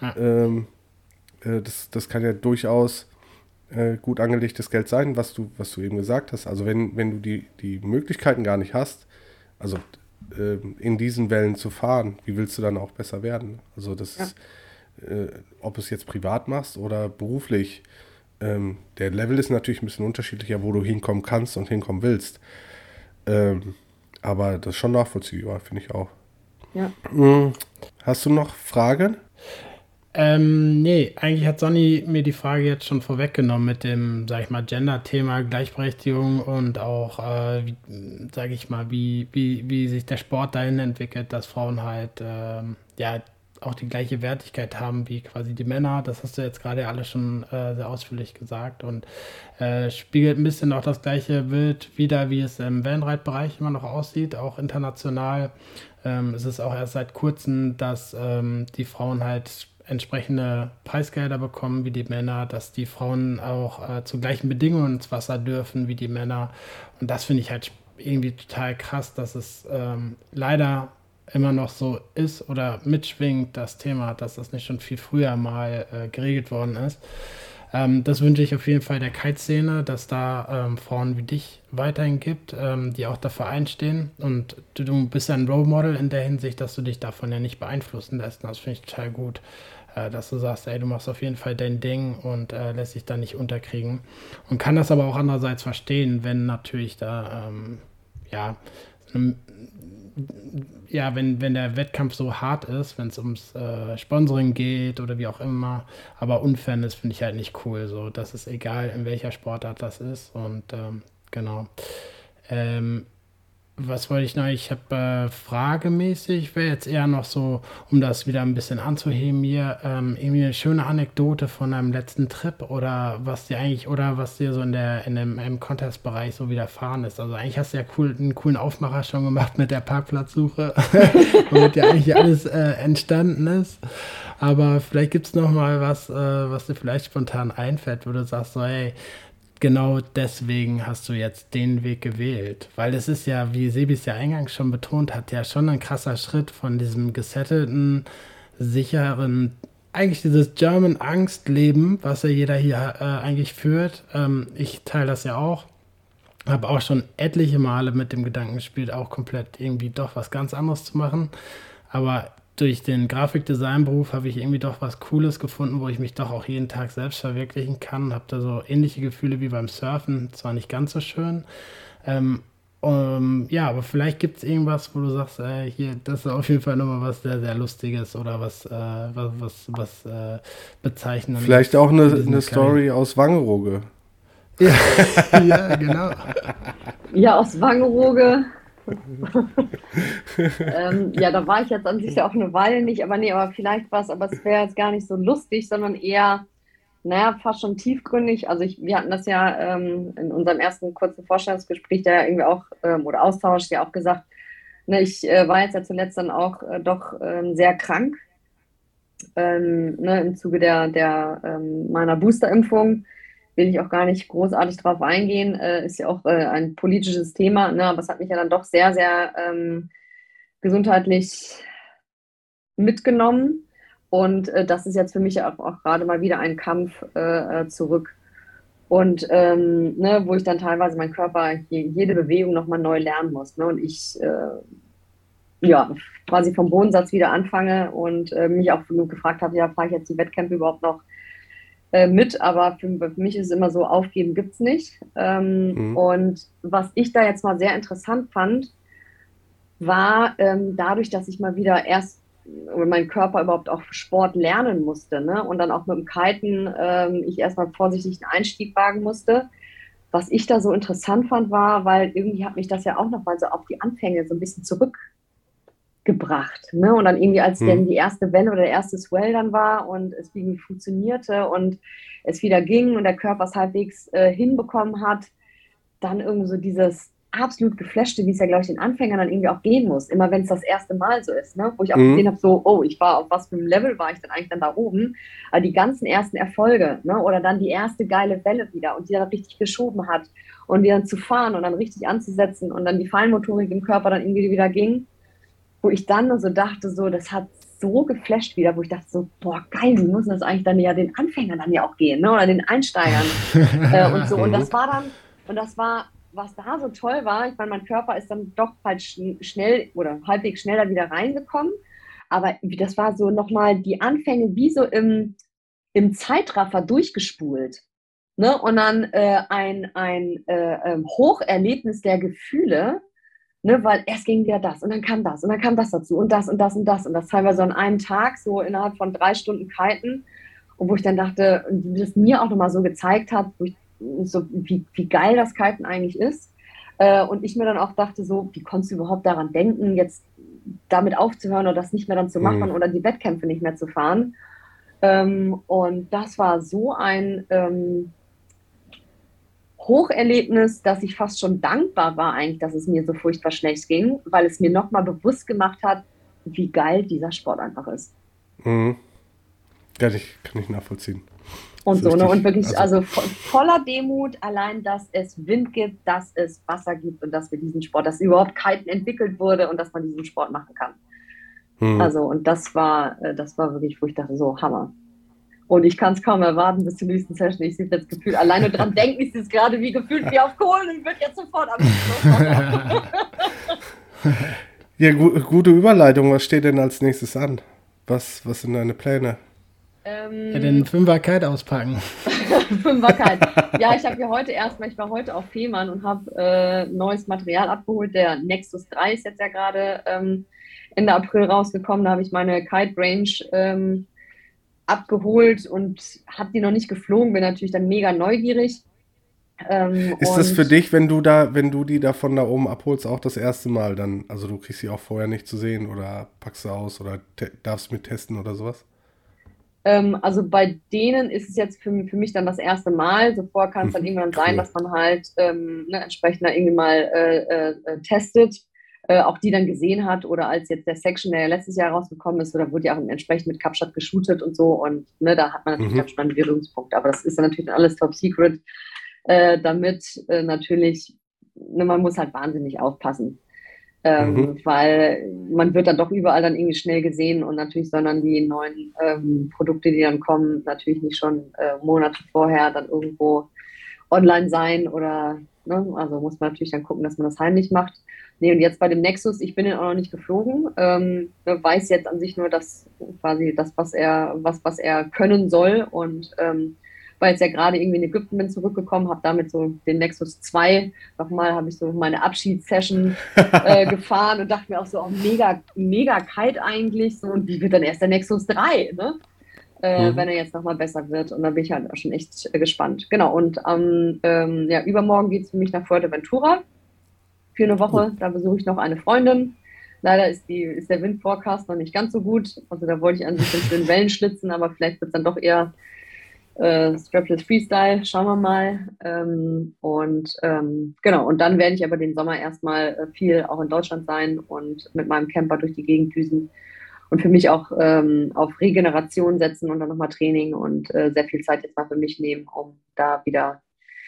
das kann ja durchaus gut angelegtes Geld sein, was du eben gesagt hast. Also wenn du die Möglichkeiten gar nicht hast, also in diesen Wellen zu fahren, wie willst du dann auch besser werden? Also das ist, ob es jetzt privat machst oder beruflich, der Level ist natürlich ein bisschen unterschiedlicher, wo du hinkommen kannst und hinkommen willst. Aber das ist schon nachvollziehbar, finde ich auch. Ja. Hast du noch Fragen? Nee, eigentlich hat Sonny mir die Frage jetzt schon vorweggenommen mit dem, sag ich mal, Gender-Thema, Gleichberechtigung und auch, sag ich mal, wie sich der Sport dahin entwickelt, dass Frauen halt, auch die gleiche Wertigkeit haben wie quasi die Männer. Das hast du jetzt gerade alles schon sehr ausführlich gesagt und spiegelt ein bisschen auch das gleiche Bild wider, wie es im Wellenreitbereich immer noch aussieht, auch international. Es ist auch erst seit kurzem, dass die Frauen halt entsprechende Preisgelder bekommen wie die Männer, dass die Frauen auch zu gleichen Bedingungen ins Wasser dürfen wie die Männer. Und das finde ich halt irgendwie total krass, dass es leider immer noch so ist oder mitschwingt, das Thema, dass das nicht schon viel früher mal geregelt worden ist. Das wünsche ich auf jeden Fall der Kite-Szene, dass da Frauen wie dich weiterhin gibt, die auch dafür einstehen. Und du bist ja ein Role Model in der Hinsicht, dass du dich davon ja nicht beeinflussen lässt. Und das finde ich total gut, dass du sagst, ey, du machst auf jeden Fall dein Ding und lässt dich da nicht unterkriegen. Und kann das aber auch andererseits verstehen, wenn natürlich da, wenn der Wettkampf so hart ist, wenn es ums Sponsoring geht oder wie auch immer, aber Unfairness finde ich halt nicht cool. So, das ist egal, in welcher Sportart das ist. Und genau. Was wollte ich noch? Ich habe fragemäßig, wäre jetzt eher noch so, um das wieder ein bisschen anzuheben hier, irgendwie eine schöne Anekdote von einem letzten Trip oder was dir so im Contest-Bereich so widerfahren ist. Also eigentlich hast du ja einen coolen Aufmacher schon gemacht mit der Parkplatzsuche, womit ja eigentlich alles entstanden ist. Aber vielleicht gibt es noch mal was dir vielleicht spontan einfällt, wo du sagst so, hey, genau deswegen hast du jetzt den Weg gewählt. Weil es ist ja, wie Sebi es ja eingangs schon betont hat, ja schon ein krasser Schritt von diesem gesettelten, sicheren, eigentlich dieses German-Angst-Leben, was ja jeder hier eigentlich führt. Ich teile das ja auch. Habe auch schon etliche Male mit dem Gedanken gespielt, auch komplett irgendwie doch was ganz anderes zu machen. Aber durch den Grafikdesignberuf habe ich irgendwie doch was Cooles gefunden, wo ich mich doch auch jeden Tag selbst verwirklichen kann. Habe da so ähnliche Gefühle wie beim Surfen, zwar nicht ganz so schön. Aber vielleicht gibt es irgendwas, wo du sagst, hier, das ist auf jeden Fall nochmal was sehr, sehr Lustiges oder was bezeichnendes. Vielleicht auch eine Story aus Wangerooge. Ja, genau. Ja, aus Wangerooge. Da war ich jetzt an sich ja auch eine Weile nicht, aber vielleicht was, aber es wäre jetzt gar nicht so lustig, sondern eher, fast schon tiefgründig. Also wir hatten das ja in unserem ersten kurzen Vorstellungsgespräch, der ja irgendwie auch, oder Austausch, ja auch gesagt, ich war jetzt ja zuletzt dann auch doch sehr krank Ne, im Zuge meiner Boosterimpfung will ich auch gar nicht großartig drauf eingehen. Ist ja auch ein politisches Thema, ne, aber es hat mich ja dann doch sehr, sehr gesundheitlich mitgenommen. Und das ist jetzt für mich auch gerade mal wieder ein Kampf zurück. Und ne, wo ich dann teilweise meinen Körper, jede Bewegung nochmal neu lernen muss. Ne? Und ich ja, quasi vom Bodensatz wieder anfange und mich auch gefragt habe, ja, fahre ich jetzt die Wettkämpfe überhaupt noch mit? Aber für mich ist es immer so, aufgeben gibt es nicht. Und was ich da jetzt mal sehr interessant fand, war dadurch, dass ich mal wieder erst mein Körper überhaupt auch Sport lernen musste, ne? Und dann auch mit dem Kiten ich erstmal vorsichtig einen Einstieg wagen musste. Was ich da so interessant fand, war, weil irgendwie hat mich das ja auch nochmal so auf die Anfänge so ein bisschen zurückgebracht, ne? Und dann irgendwie, als dann die erste Welle oder der erste Swell dann war und es irgendwie funktionierte und es wieder ging und der Körper es halbwegs hinbekommen hat, dann irgendwie so dieses absolut Geflashte, wie es ja, glaube ich, den Anfängern dann irgendwie auch gehen muss, immer wenn es das erste Mal so ist, ne? Wo ich auch gesehen habe, so, oh, ich war auf was für einem Level war ich dann eigentlich dann da oben, aber die ganzen ersten Erfolge, ne? Oder dann die erste geile Welle wieder und die dann richtig geschoben hat und die dann zu fahren und dann richtig anzusetzen und dann die Feinmotorik im Körper dann irgendwie wieder ging, wo ich dann so dachte, so, das hat so geflasht wieder, wo ich dachte so, boah, geil, wie muss das eigentlich dann ja den Anfängern dann ja auch gehen, ne? Oder den Einsteigern und so. Und das war dann, und das war, was da so toll war, ich meine, mein Körper ist dann doch halt schnell oder halbwegs schneller wieder reingekommen, aber das war so nochmal die Anfänge wie so im Zeitraffer durchgespult. Ne? Und dann ein Hocherlebnis der Gefühle, ne? Weil erst ging wieder das und dann kam das und dann kam das dazu und das und das und das und das teilweise an einem Tag, so innerhalb von 3 Stunden Kiten. Und wo ich dann dachte, wie das mir auch nochmal so gezeigt hat, so, wie geil das Kiten eigentlich ist. Und ich mir dann auch dachte, so, wie konntest du überhaupt daran denken, jetzt damit aufzuhören oder das nicht mehr dann zu machen oder die Wettkämpfe nicht mehr zu fahren. Und das war so ein Hocherlebnis, dass ich fast schon dankbar war eigentlich, dass es mir so furchtbar schlecht ging, weil es mir nochmal bewusst gemacht hat, wie geil dieser Sport einfach ist. Kann ich nachvollziehen. Und so, ne? Und wirklich, also voller Demut, allein, dass es Wind gibt, dass es Wasser gibt und dass wir diesen Sport, dass überhaupt Kiten entwickelt wurde und dass man diesen Sport machen kann. Also, und das war wirklich, wo ich dachte, so, Hammer. Und ich kann es kaum erwarten bis zur nächsten Session. Ich sehe das Gefühl, alleine dran denken, ist es gerade wie gefühlt wie auf Kohlen und wird jetzt sofort am Ja, gute Überleitung. Was steht denn als nächstes an? Was sind deine Pläne? Ja, den Fünfer-Kite auspacken. Fünfer-Kite. Ja, ich war heute auf Fehmarn und habe neues Material abgeholt. Der Nexus 3 ist jetzt ja gerade Ende April rausgekommen. Da habe ich meine Kite-Range abgeholt und habe die noch nicht geflogen. Bin natürlich dann mega neugierig. Ist das für dich, wenn du die da von da oben abholst, auch das erste Mal dann? Also du kriegst sie auch vorher nicht zu sehen oder packst sie aus oder darfst mit testen oder sowas? Also bei denen ist es jetzt für mich dann das erste Mal. So vorher kann es dann irgendwann sein, dass man halt entsprechend da irgendwie mal testet, auch die dann gesehen hat oder als jetzt der Section, der ja letztes Jahr rausgekommen ist, oder wurde ja auch entsprechend mit Kapstadt geshootet und so und ne, da hat man natürlich ganz spannende Berührungspunkte, aber das ist dann natürlich alles top secret, damit natürlich, ne, man muss halt wahnsinnig aufpassen. Weil man wird dann doch überall dann irgendwie schnell gesehen und natürlich sollen dann die neuen Produkte, die dann kommen, natürlich nicht schon Monate vorher dann irgendwo online sein oder, ne, also muss man natürlich dann gucken, dass man das heimlich macht. Nee, und jetzt bei dem Nexus, ich bin den auch noch nicht geflogen, weiß jetzt an sich nur, dass quasi das, was er können soll und war jetzt ja gerade irgendwie in Ägypten, bin zurückgekommen, habe damit so den Nexus 2 nochmal, habe ich so meine Abschiedssession gefahren und dachte mir auch so, oh, mega Kite eigentlich, so, und wie wird dann erst der Nexus 3, ne? Wenn er jetzt nochmal besser wird, und da bin ich halt auch schon echt gespannt. Genau, und übermorgen geht es für mich nach Fuerteventura für eine Woche, da besuche ich noch eine Freundin. Leider ist der Windforecast noch nicht ganz so gut, also da wollte ich an sich den schönen Wellen schlitzen, aber vielleicht wird es dann doch eher Strapless Freestyle, schauen wir mal. Genau, und dann werde ich aber den Sommer erstmal viel auch in Deutschland sein und mit meinem Camper durch die Gegend düsen. Und und für mich auch auf Regeneration setzen und dann nochmal Training und sehr viel Zeit jetzt mal für mich nehmen, um da wieder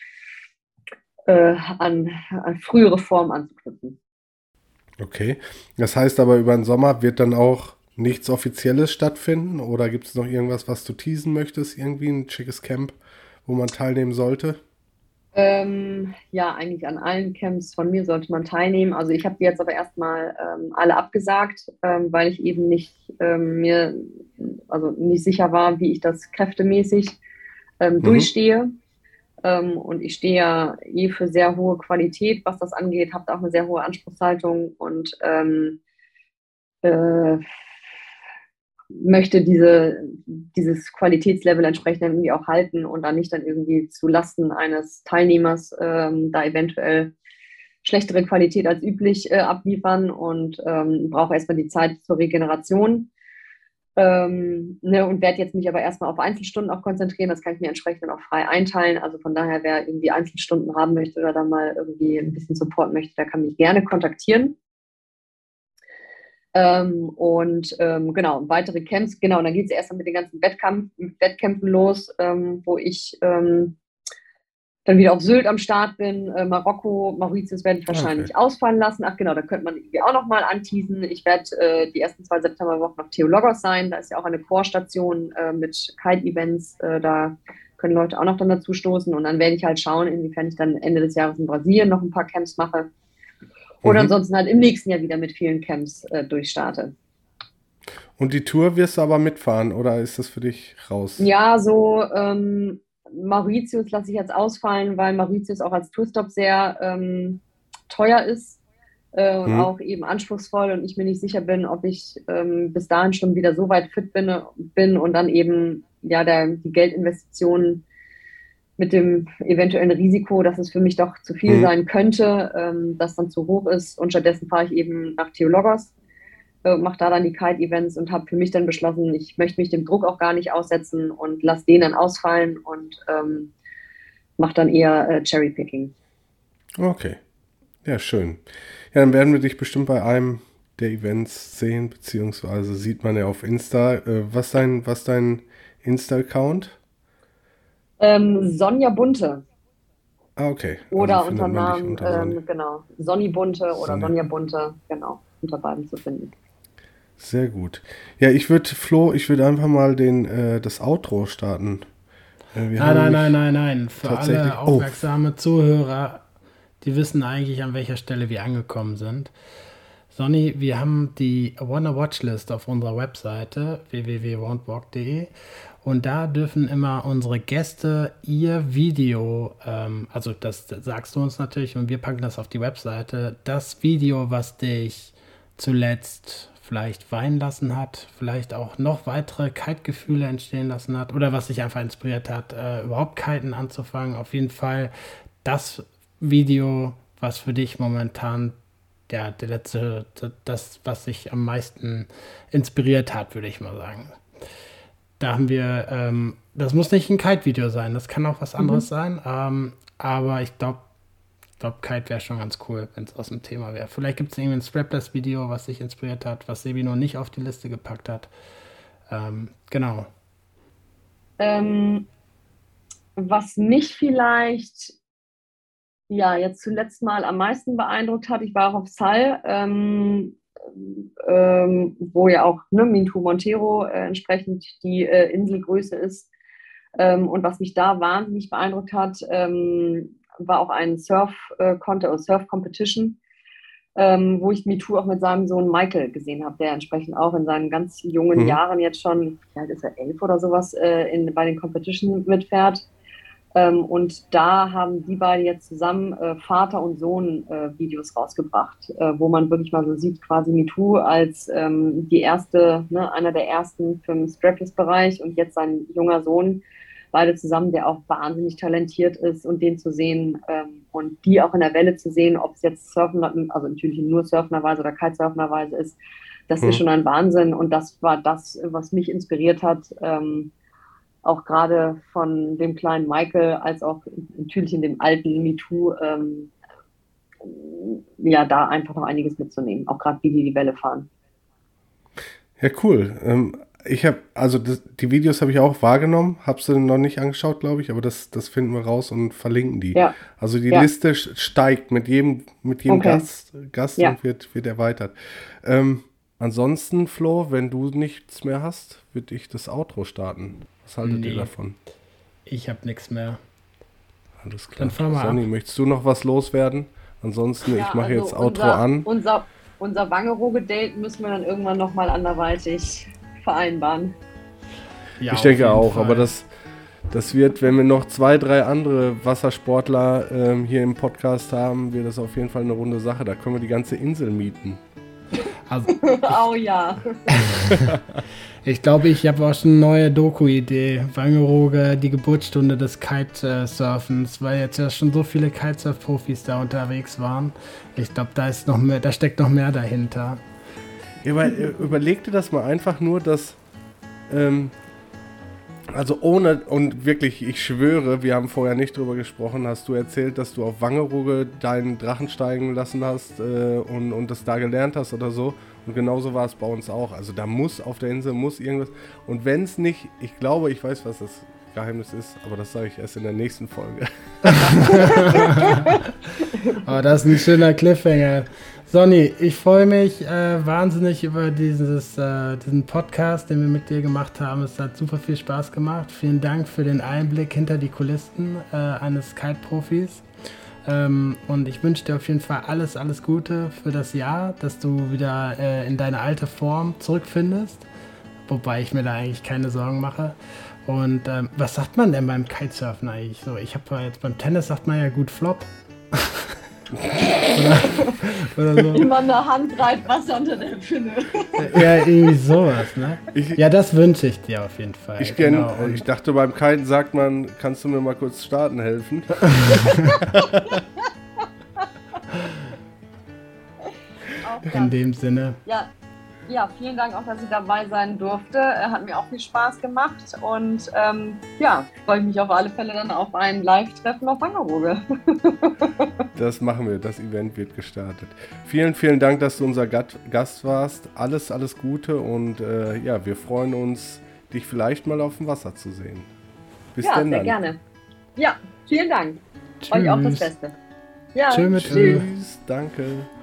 an frühere Form anzuknüpfen. Okay. Das heißt aber, über den Sommer wird dann auch nichts Offizielles stattfinden? Oder gibt es noch irgendwas, was du teasen möchtest? Irgendwie ein schickes Camp, wo man teilnehmen sollte? Ja, eigentlich an allen Camps von mir sollte man teilnehmen. Also ich habe die jetzt aber erstmal alle abgesagt, weil ich eben nicht nicht sicher war, wie ich das kräftemäßig durchstehe. Und ich stehe ja für sehr hohe Qualität, was das angeht, habe da auch eine sehr hohe Anspruchshaltung und möchte dieses Qualitätslevel entsprechend irgendwie auch halten und dann nicht dann irgendwie zu Lasten eines Teilnehmers da eventuell schlechtere Qualität als üblich abliefern und brauche erstmal die Zeit zur Regeneration. Und werde jetzt mich aber erstmal auf Einzelstunden auch konzentrieren. Das kann ich mir entsprechend dann auch frei einteilen. Also von daher, wer irgendwie Einzelstunden haben möchte oder da mal irgendwie ein bisschen Support möchte, der kann mich gerne kontaktieren. Genau, weitere Camps, genau, und dann geht es erstmal mit den ganzen Wettkämpfen los, wo ich dann wieder auf Sylt am Start bin, Marokko, Mauritius werde ich wahrscheinlich ausfallen lassen. Ach genau, da könnte man irgendwie auch nochmal anteasen. Ich werde die ersten 2 Septemberwochen auf Theologos sein, da ist ja auch eine Chorstation mit Kite-Events, da können Leute auch noch dann dazu stoßen und dann werde ich halt schauen, inwiefern ich dann Ende des Jahres in Brasilien noch ein paar Camps mache. Oder ansonsten halt im nächsten Jahr wieder mit vielen Camps durchstarte. Und die Tour wirst du aber mitfahren oder ist das für dich raus? Ja, so Mauritius lasse ich jetzt ausfallen, weil Mauritius auch als Tourstop sehr teuer ist und auch eben anspruchsvoll und ich mir nicht sicher bin, ob ich bis dahin schon wieder so weit fit bin und dann eben ja die Geldinvestitionen mit dem eventuellen Risiko, dass es für mich doch zu viel sein könnte, das dann zu hoch ist. Und stattdessen fahre ich eben nach Theologos, mache da dann die Kite-Events und habe für mich dann beschlossen, ich möchte mich dem Druck auch gar nicht aussetzen und lasse den dann ausfallen und mache dann eher Cherry-Picking. Okay, ja, schön. Ja, dann werden wir dich bestimmt bei einem der Events sehen, beziehungsweise sieht man ja auf Insta. Was dein Insta-Account? Sonja Bunte. Ah, okay. Oder also unter Namen, genau, Sonny Bunte oder Sonja Bunte, genau, unter beiden zu finden. Sehr gut. Ja, ich würde einfach mal das Outro starten. Nein. Für alle aufmerksame Zuhörer, die wissen eigentlich, an welcher Stelle wir angekommen sind. Sonny, wir haben die Wanna Watchlist auf unserer Webseite www.won'twalk.de und da dürfen immer unsere Gäste ihr Video, also das sagst du uns natürlich und wir packen das auf die Webseite, das Video, was dich zuletzt vielleicht weinen lassen hat, vielleicht auch noch weitere Kite-Gefühle entstehen lassen hat oder was dich einfach inspiriert hat, überhaupt Kiten anzufangen. Auf jeden Fall das Video, was für dich momentan das, was sich am meisten inspiriert hat, würde ich mal sagen. Da haben wir, das muss nicht ein Kite-Video sein, das kann auch was anderes sein, aber ich glaube, Kite wäre schon ganz cool, wenn es aus dem Thema wäre. Vielleicht gibt es irgendwie ein Strapless-Video, was sich inspiriert hat, was Sebi noch nicht auf die Liste gepackt hat. Genau. Was mich vielleicht jetzt zuletzt mal am meisten beeindruckt hat, ich war auch auf Sal, wo ja auch Mintu Montero entsprechend die Inselgröße ist. Und was mich da wahnsinnig beeindruckt hat, war auch ein Surf-Competition, wo ich MeToo auch mit seinem Sohn Michael gesehen habe, der entsprechend auch in seinen ganz jungen Jahren jetzt schon, wie alt ist er, 11 oder sowas, bei den Competitions mitfährt. Und da haben die beiden jetzt zusammen Vater und Sohn Videos rausgebracht, wo man wirklich mal so sieht, quasi MeToo als die erste, einer der ersten für den Strapless-Bereich und jetzt sein junger Sohn, beide zusammen, der auch wahnsinnig talentiert ist und den zu sehen und die auch in der Welle zu sehen, ob es jetzt Surfen, also natürlich nur surfenderweise oder Kitesurfenderweise ist, das ist schon ein Wahnsinn und das war das, was mich inspiriert hat, auch gerade von dem kleinen Michael, als auch natürlich in dem alten MeToo, da einfach noch einiges mitzunehmen, auch gerade wie die Welle fahren. Ja, cool. Die Videos habe ich auch wahrgenommen, habe sie noch nicht angeschaut, glaube ich, aber das finden wir raus und verlinken die. Ja. Also die Liste steigt mit jedem Okay. Gast Ja. und wird erweitert. Ansonsten, Flo, wenn du nichts mehr hast, würde ich das Outro starten. Was haltet ihr Nee. davon? Ich habe nichts mehr. Alles klar. Dann fahren wir Sonny, ab. möchtest du noch was loswerden? Ansonsten, ich mache also jetzt Outro an. Unser Wangerooge-Date müssen wir dann irgendwann nochmal anderweitig vereinbaren. Ja, Ich auf denke jeden auch, Fall. aber das wird, wenn wir noch 2, 3 andere Wassersportler hier im Podcast haben, wird das auf jeden Fall eine runde Sache. Da können wir die ganze Insel mieten. Also, Oh ja. ich glaube, ich habe auch schon eine neue Doku-Idee. Wangerooge, die Geburtsstunde des Kitesurfens, weil jetzt ja schon so viele Kitesurf-Profis da unterwegs waren. Ich glaube, da steckt noch mehr dahinter. Ja, aber überleg dir das mal einfach nur, dass also ohne, und wirklich, ich schwöre, wir haben vorher nicht drüber gesprochen, hast du erzählt, dass du auf Wangerooge deinen Drachen steigen lassen hast und das da gelernt hast oder so. Und genauso war es bei uns auch. Also da muss auf der Insel irgendwas. Und wenn es nicht, ich glaube, ich weiß, was das Geheimnis ist, aber das sage ich erst in der nächsten Folge. Oh, das ist ein schöner Cliffhanger. Sonny, ich freue mich wahnsinnig über diesen Podcast, den wir mit dir gemacht haben. Es hat super viel Spaß gemacht. Vielen Dank für den Einblick hinter die Kulissen eines Kite-Profis. Und ich wünsche dir auf jeden Fall alles Gute für das Jahr, dass du wieder in deine alte Form zurückfindest. Wobei ich mir da eigentlich keine Sorgen mache. Und was sagt man denn beim Kitesurfen eigentlich so? Ich habe jetzt beim Tennis sagt man ja gut Flop. oder so. Immer eine Handbreit Wasser unter der Finne. Ja, irgendwie sowas, ne? Ja, das wünsche ich dir auf jeden Fall. Genau. Und Ich dachte, beim Kiten sagt man, kannst du mir mal kurz starten helfen? Auch in das. dem Sinne. Ja, vielen Dank auch, dass ich dabei sein durfte. Hat mir auch viel Spaß gemacht und freue mich auf alle Fälle dann auf ein Live-Treffen auf Wangerooge. Das machen wir, das Event wird gestartet. Vielen, vielen Dank, dass du unser Gast warst. Alles Gute und wir freuen uns, dich vielleicht mal auf dem Wasser zu sehen. Bis Ja, denn sehr dann. gerne. Ja, vielen Dank. Euch auch das Tschüss. Beste. Ja, Tschö mit Ö. Tschüss, danke.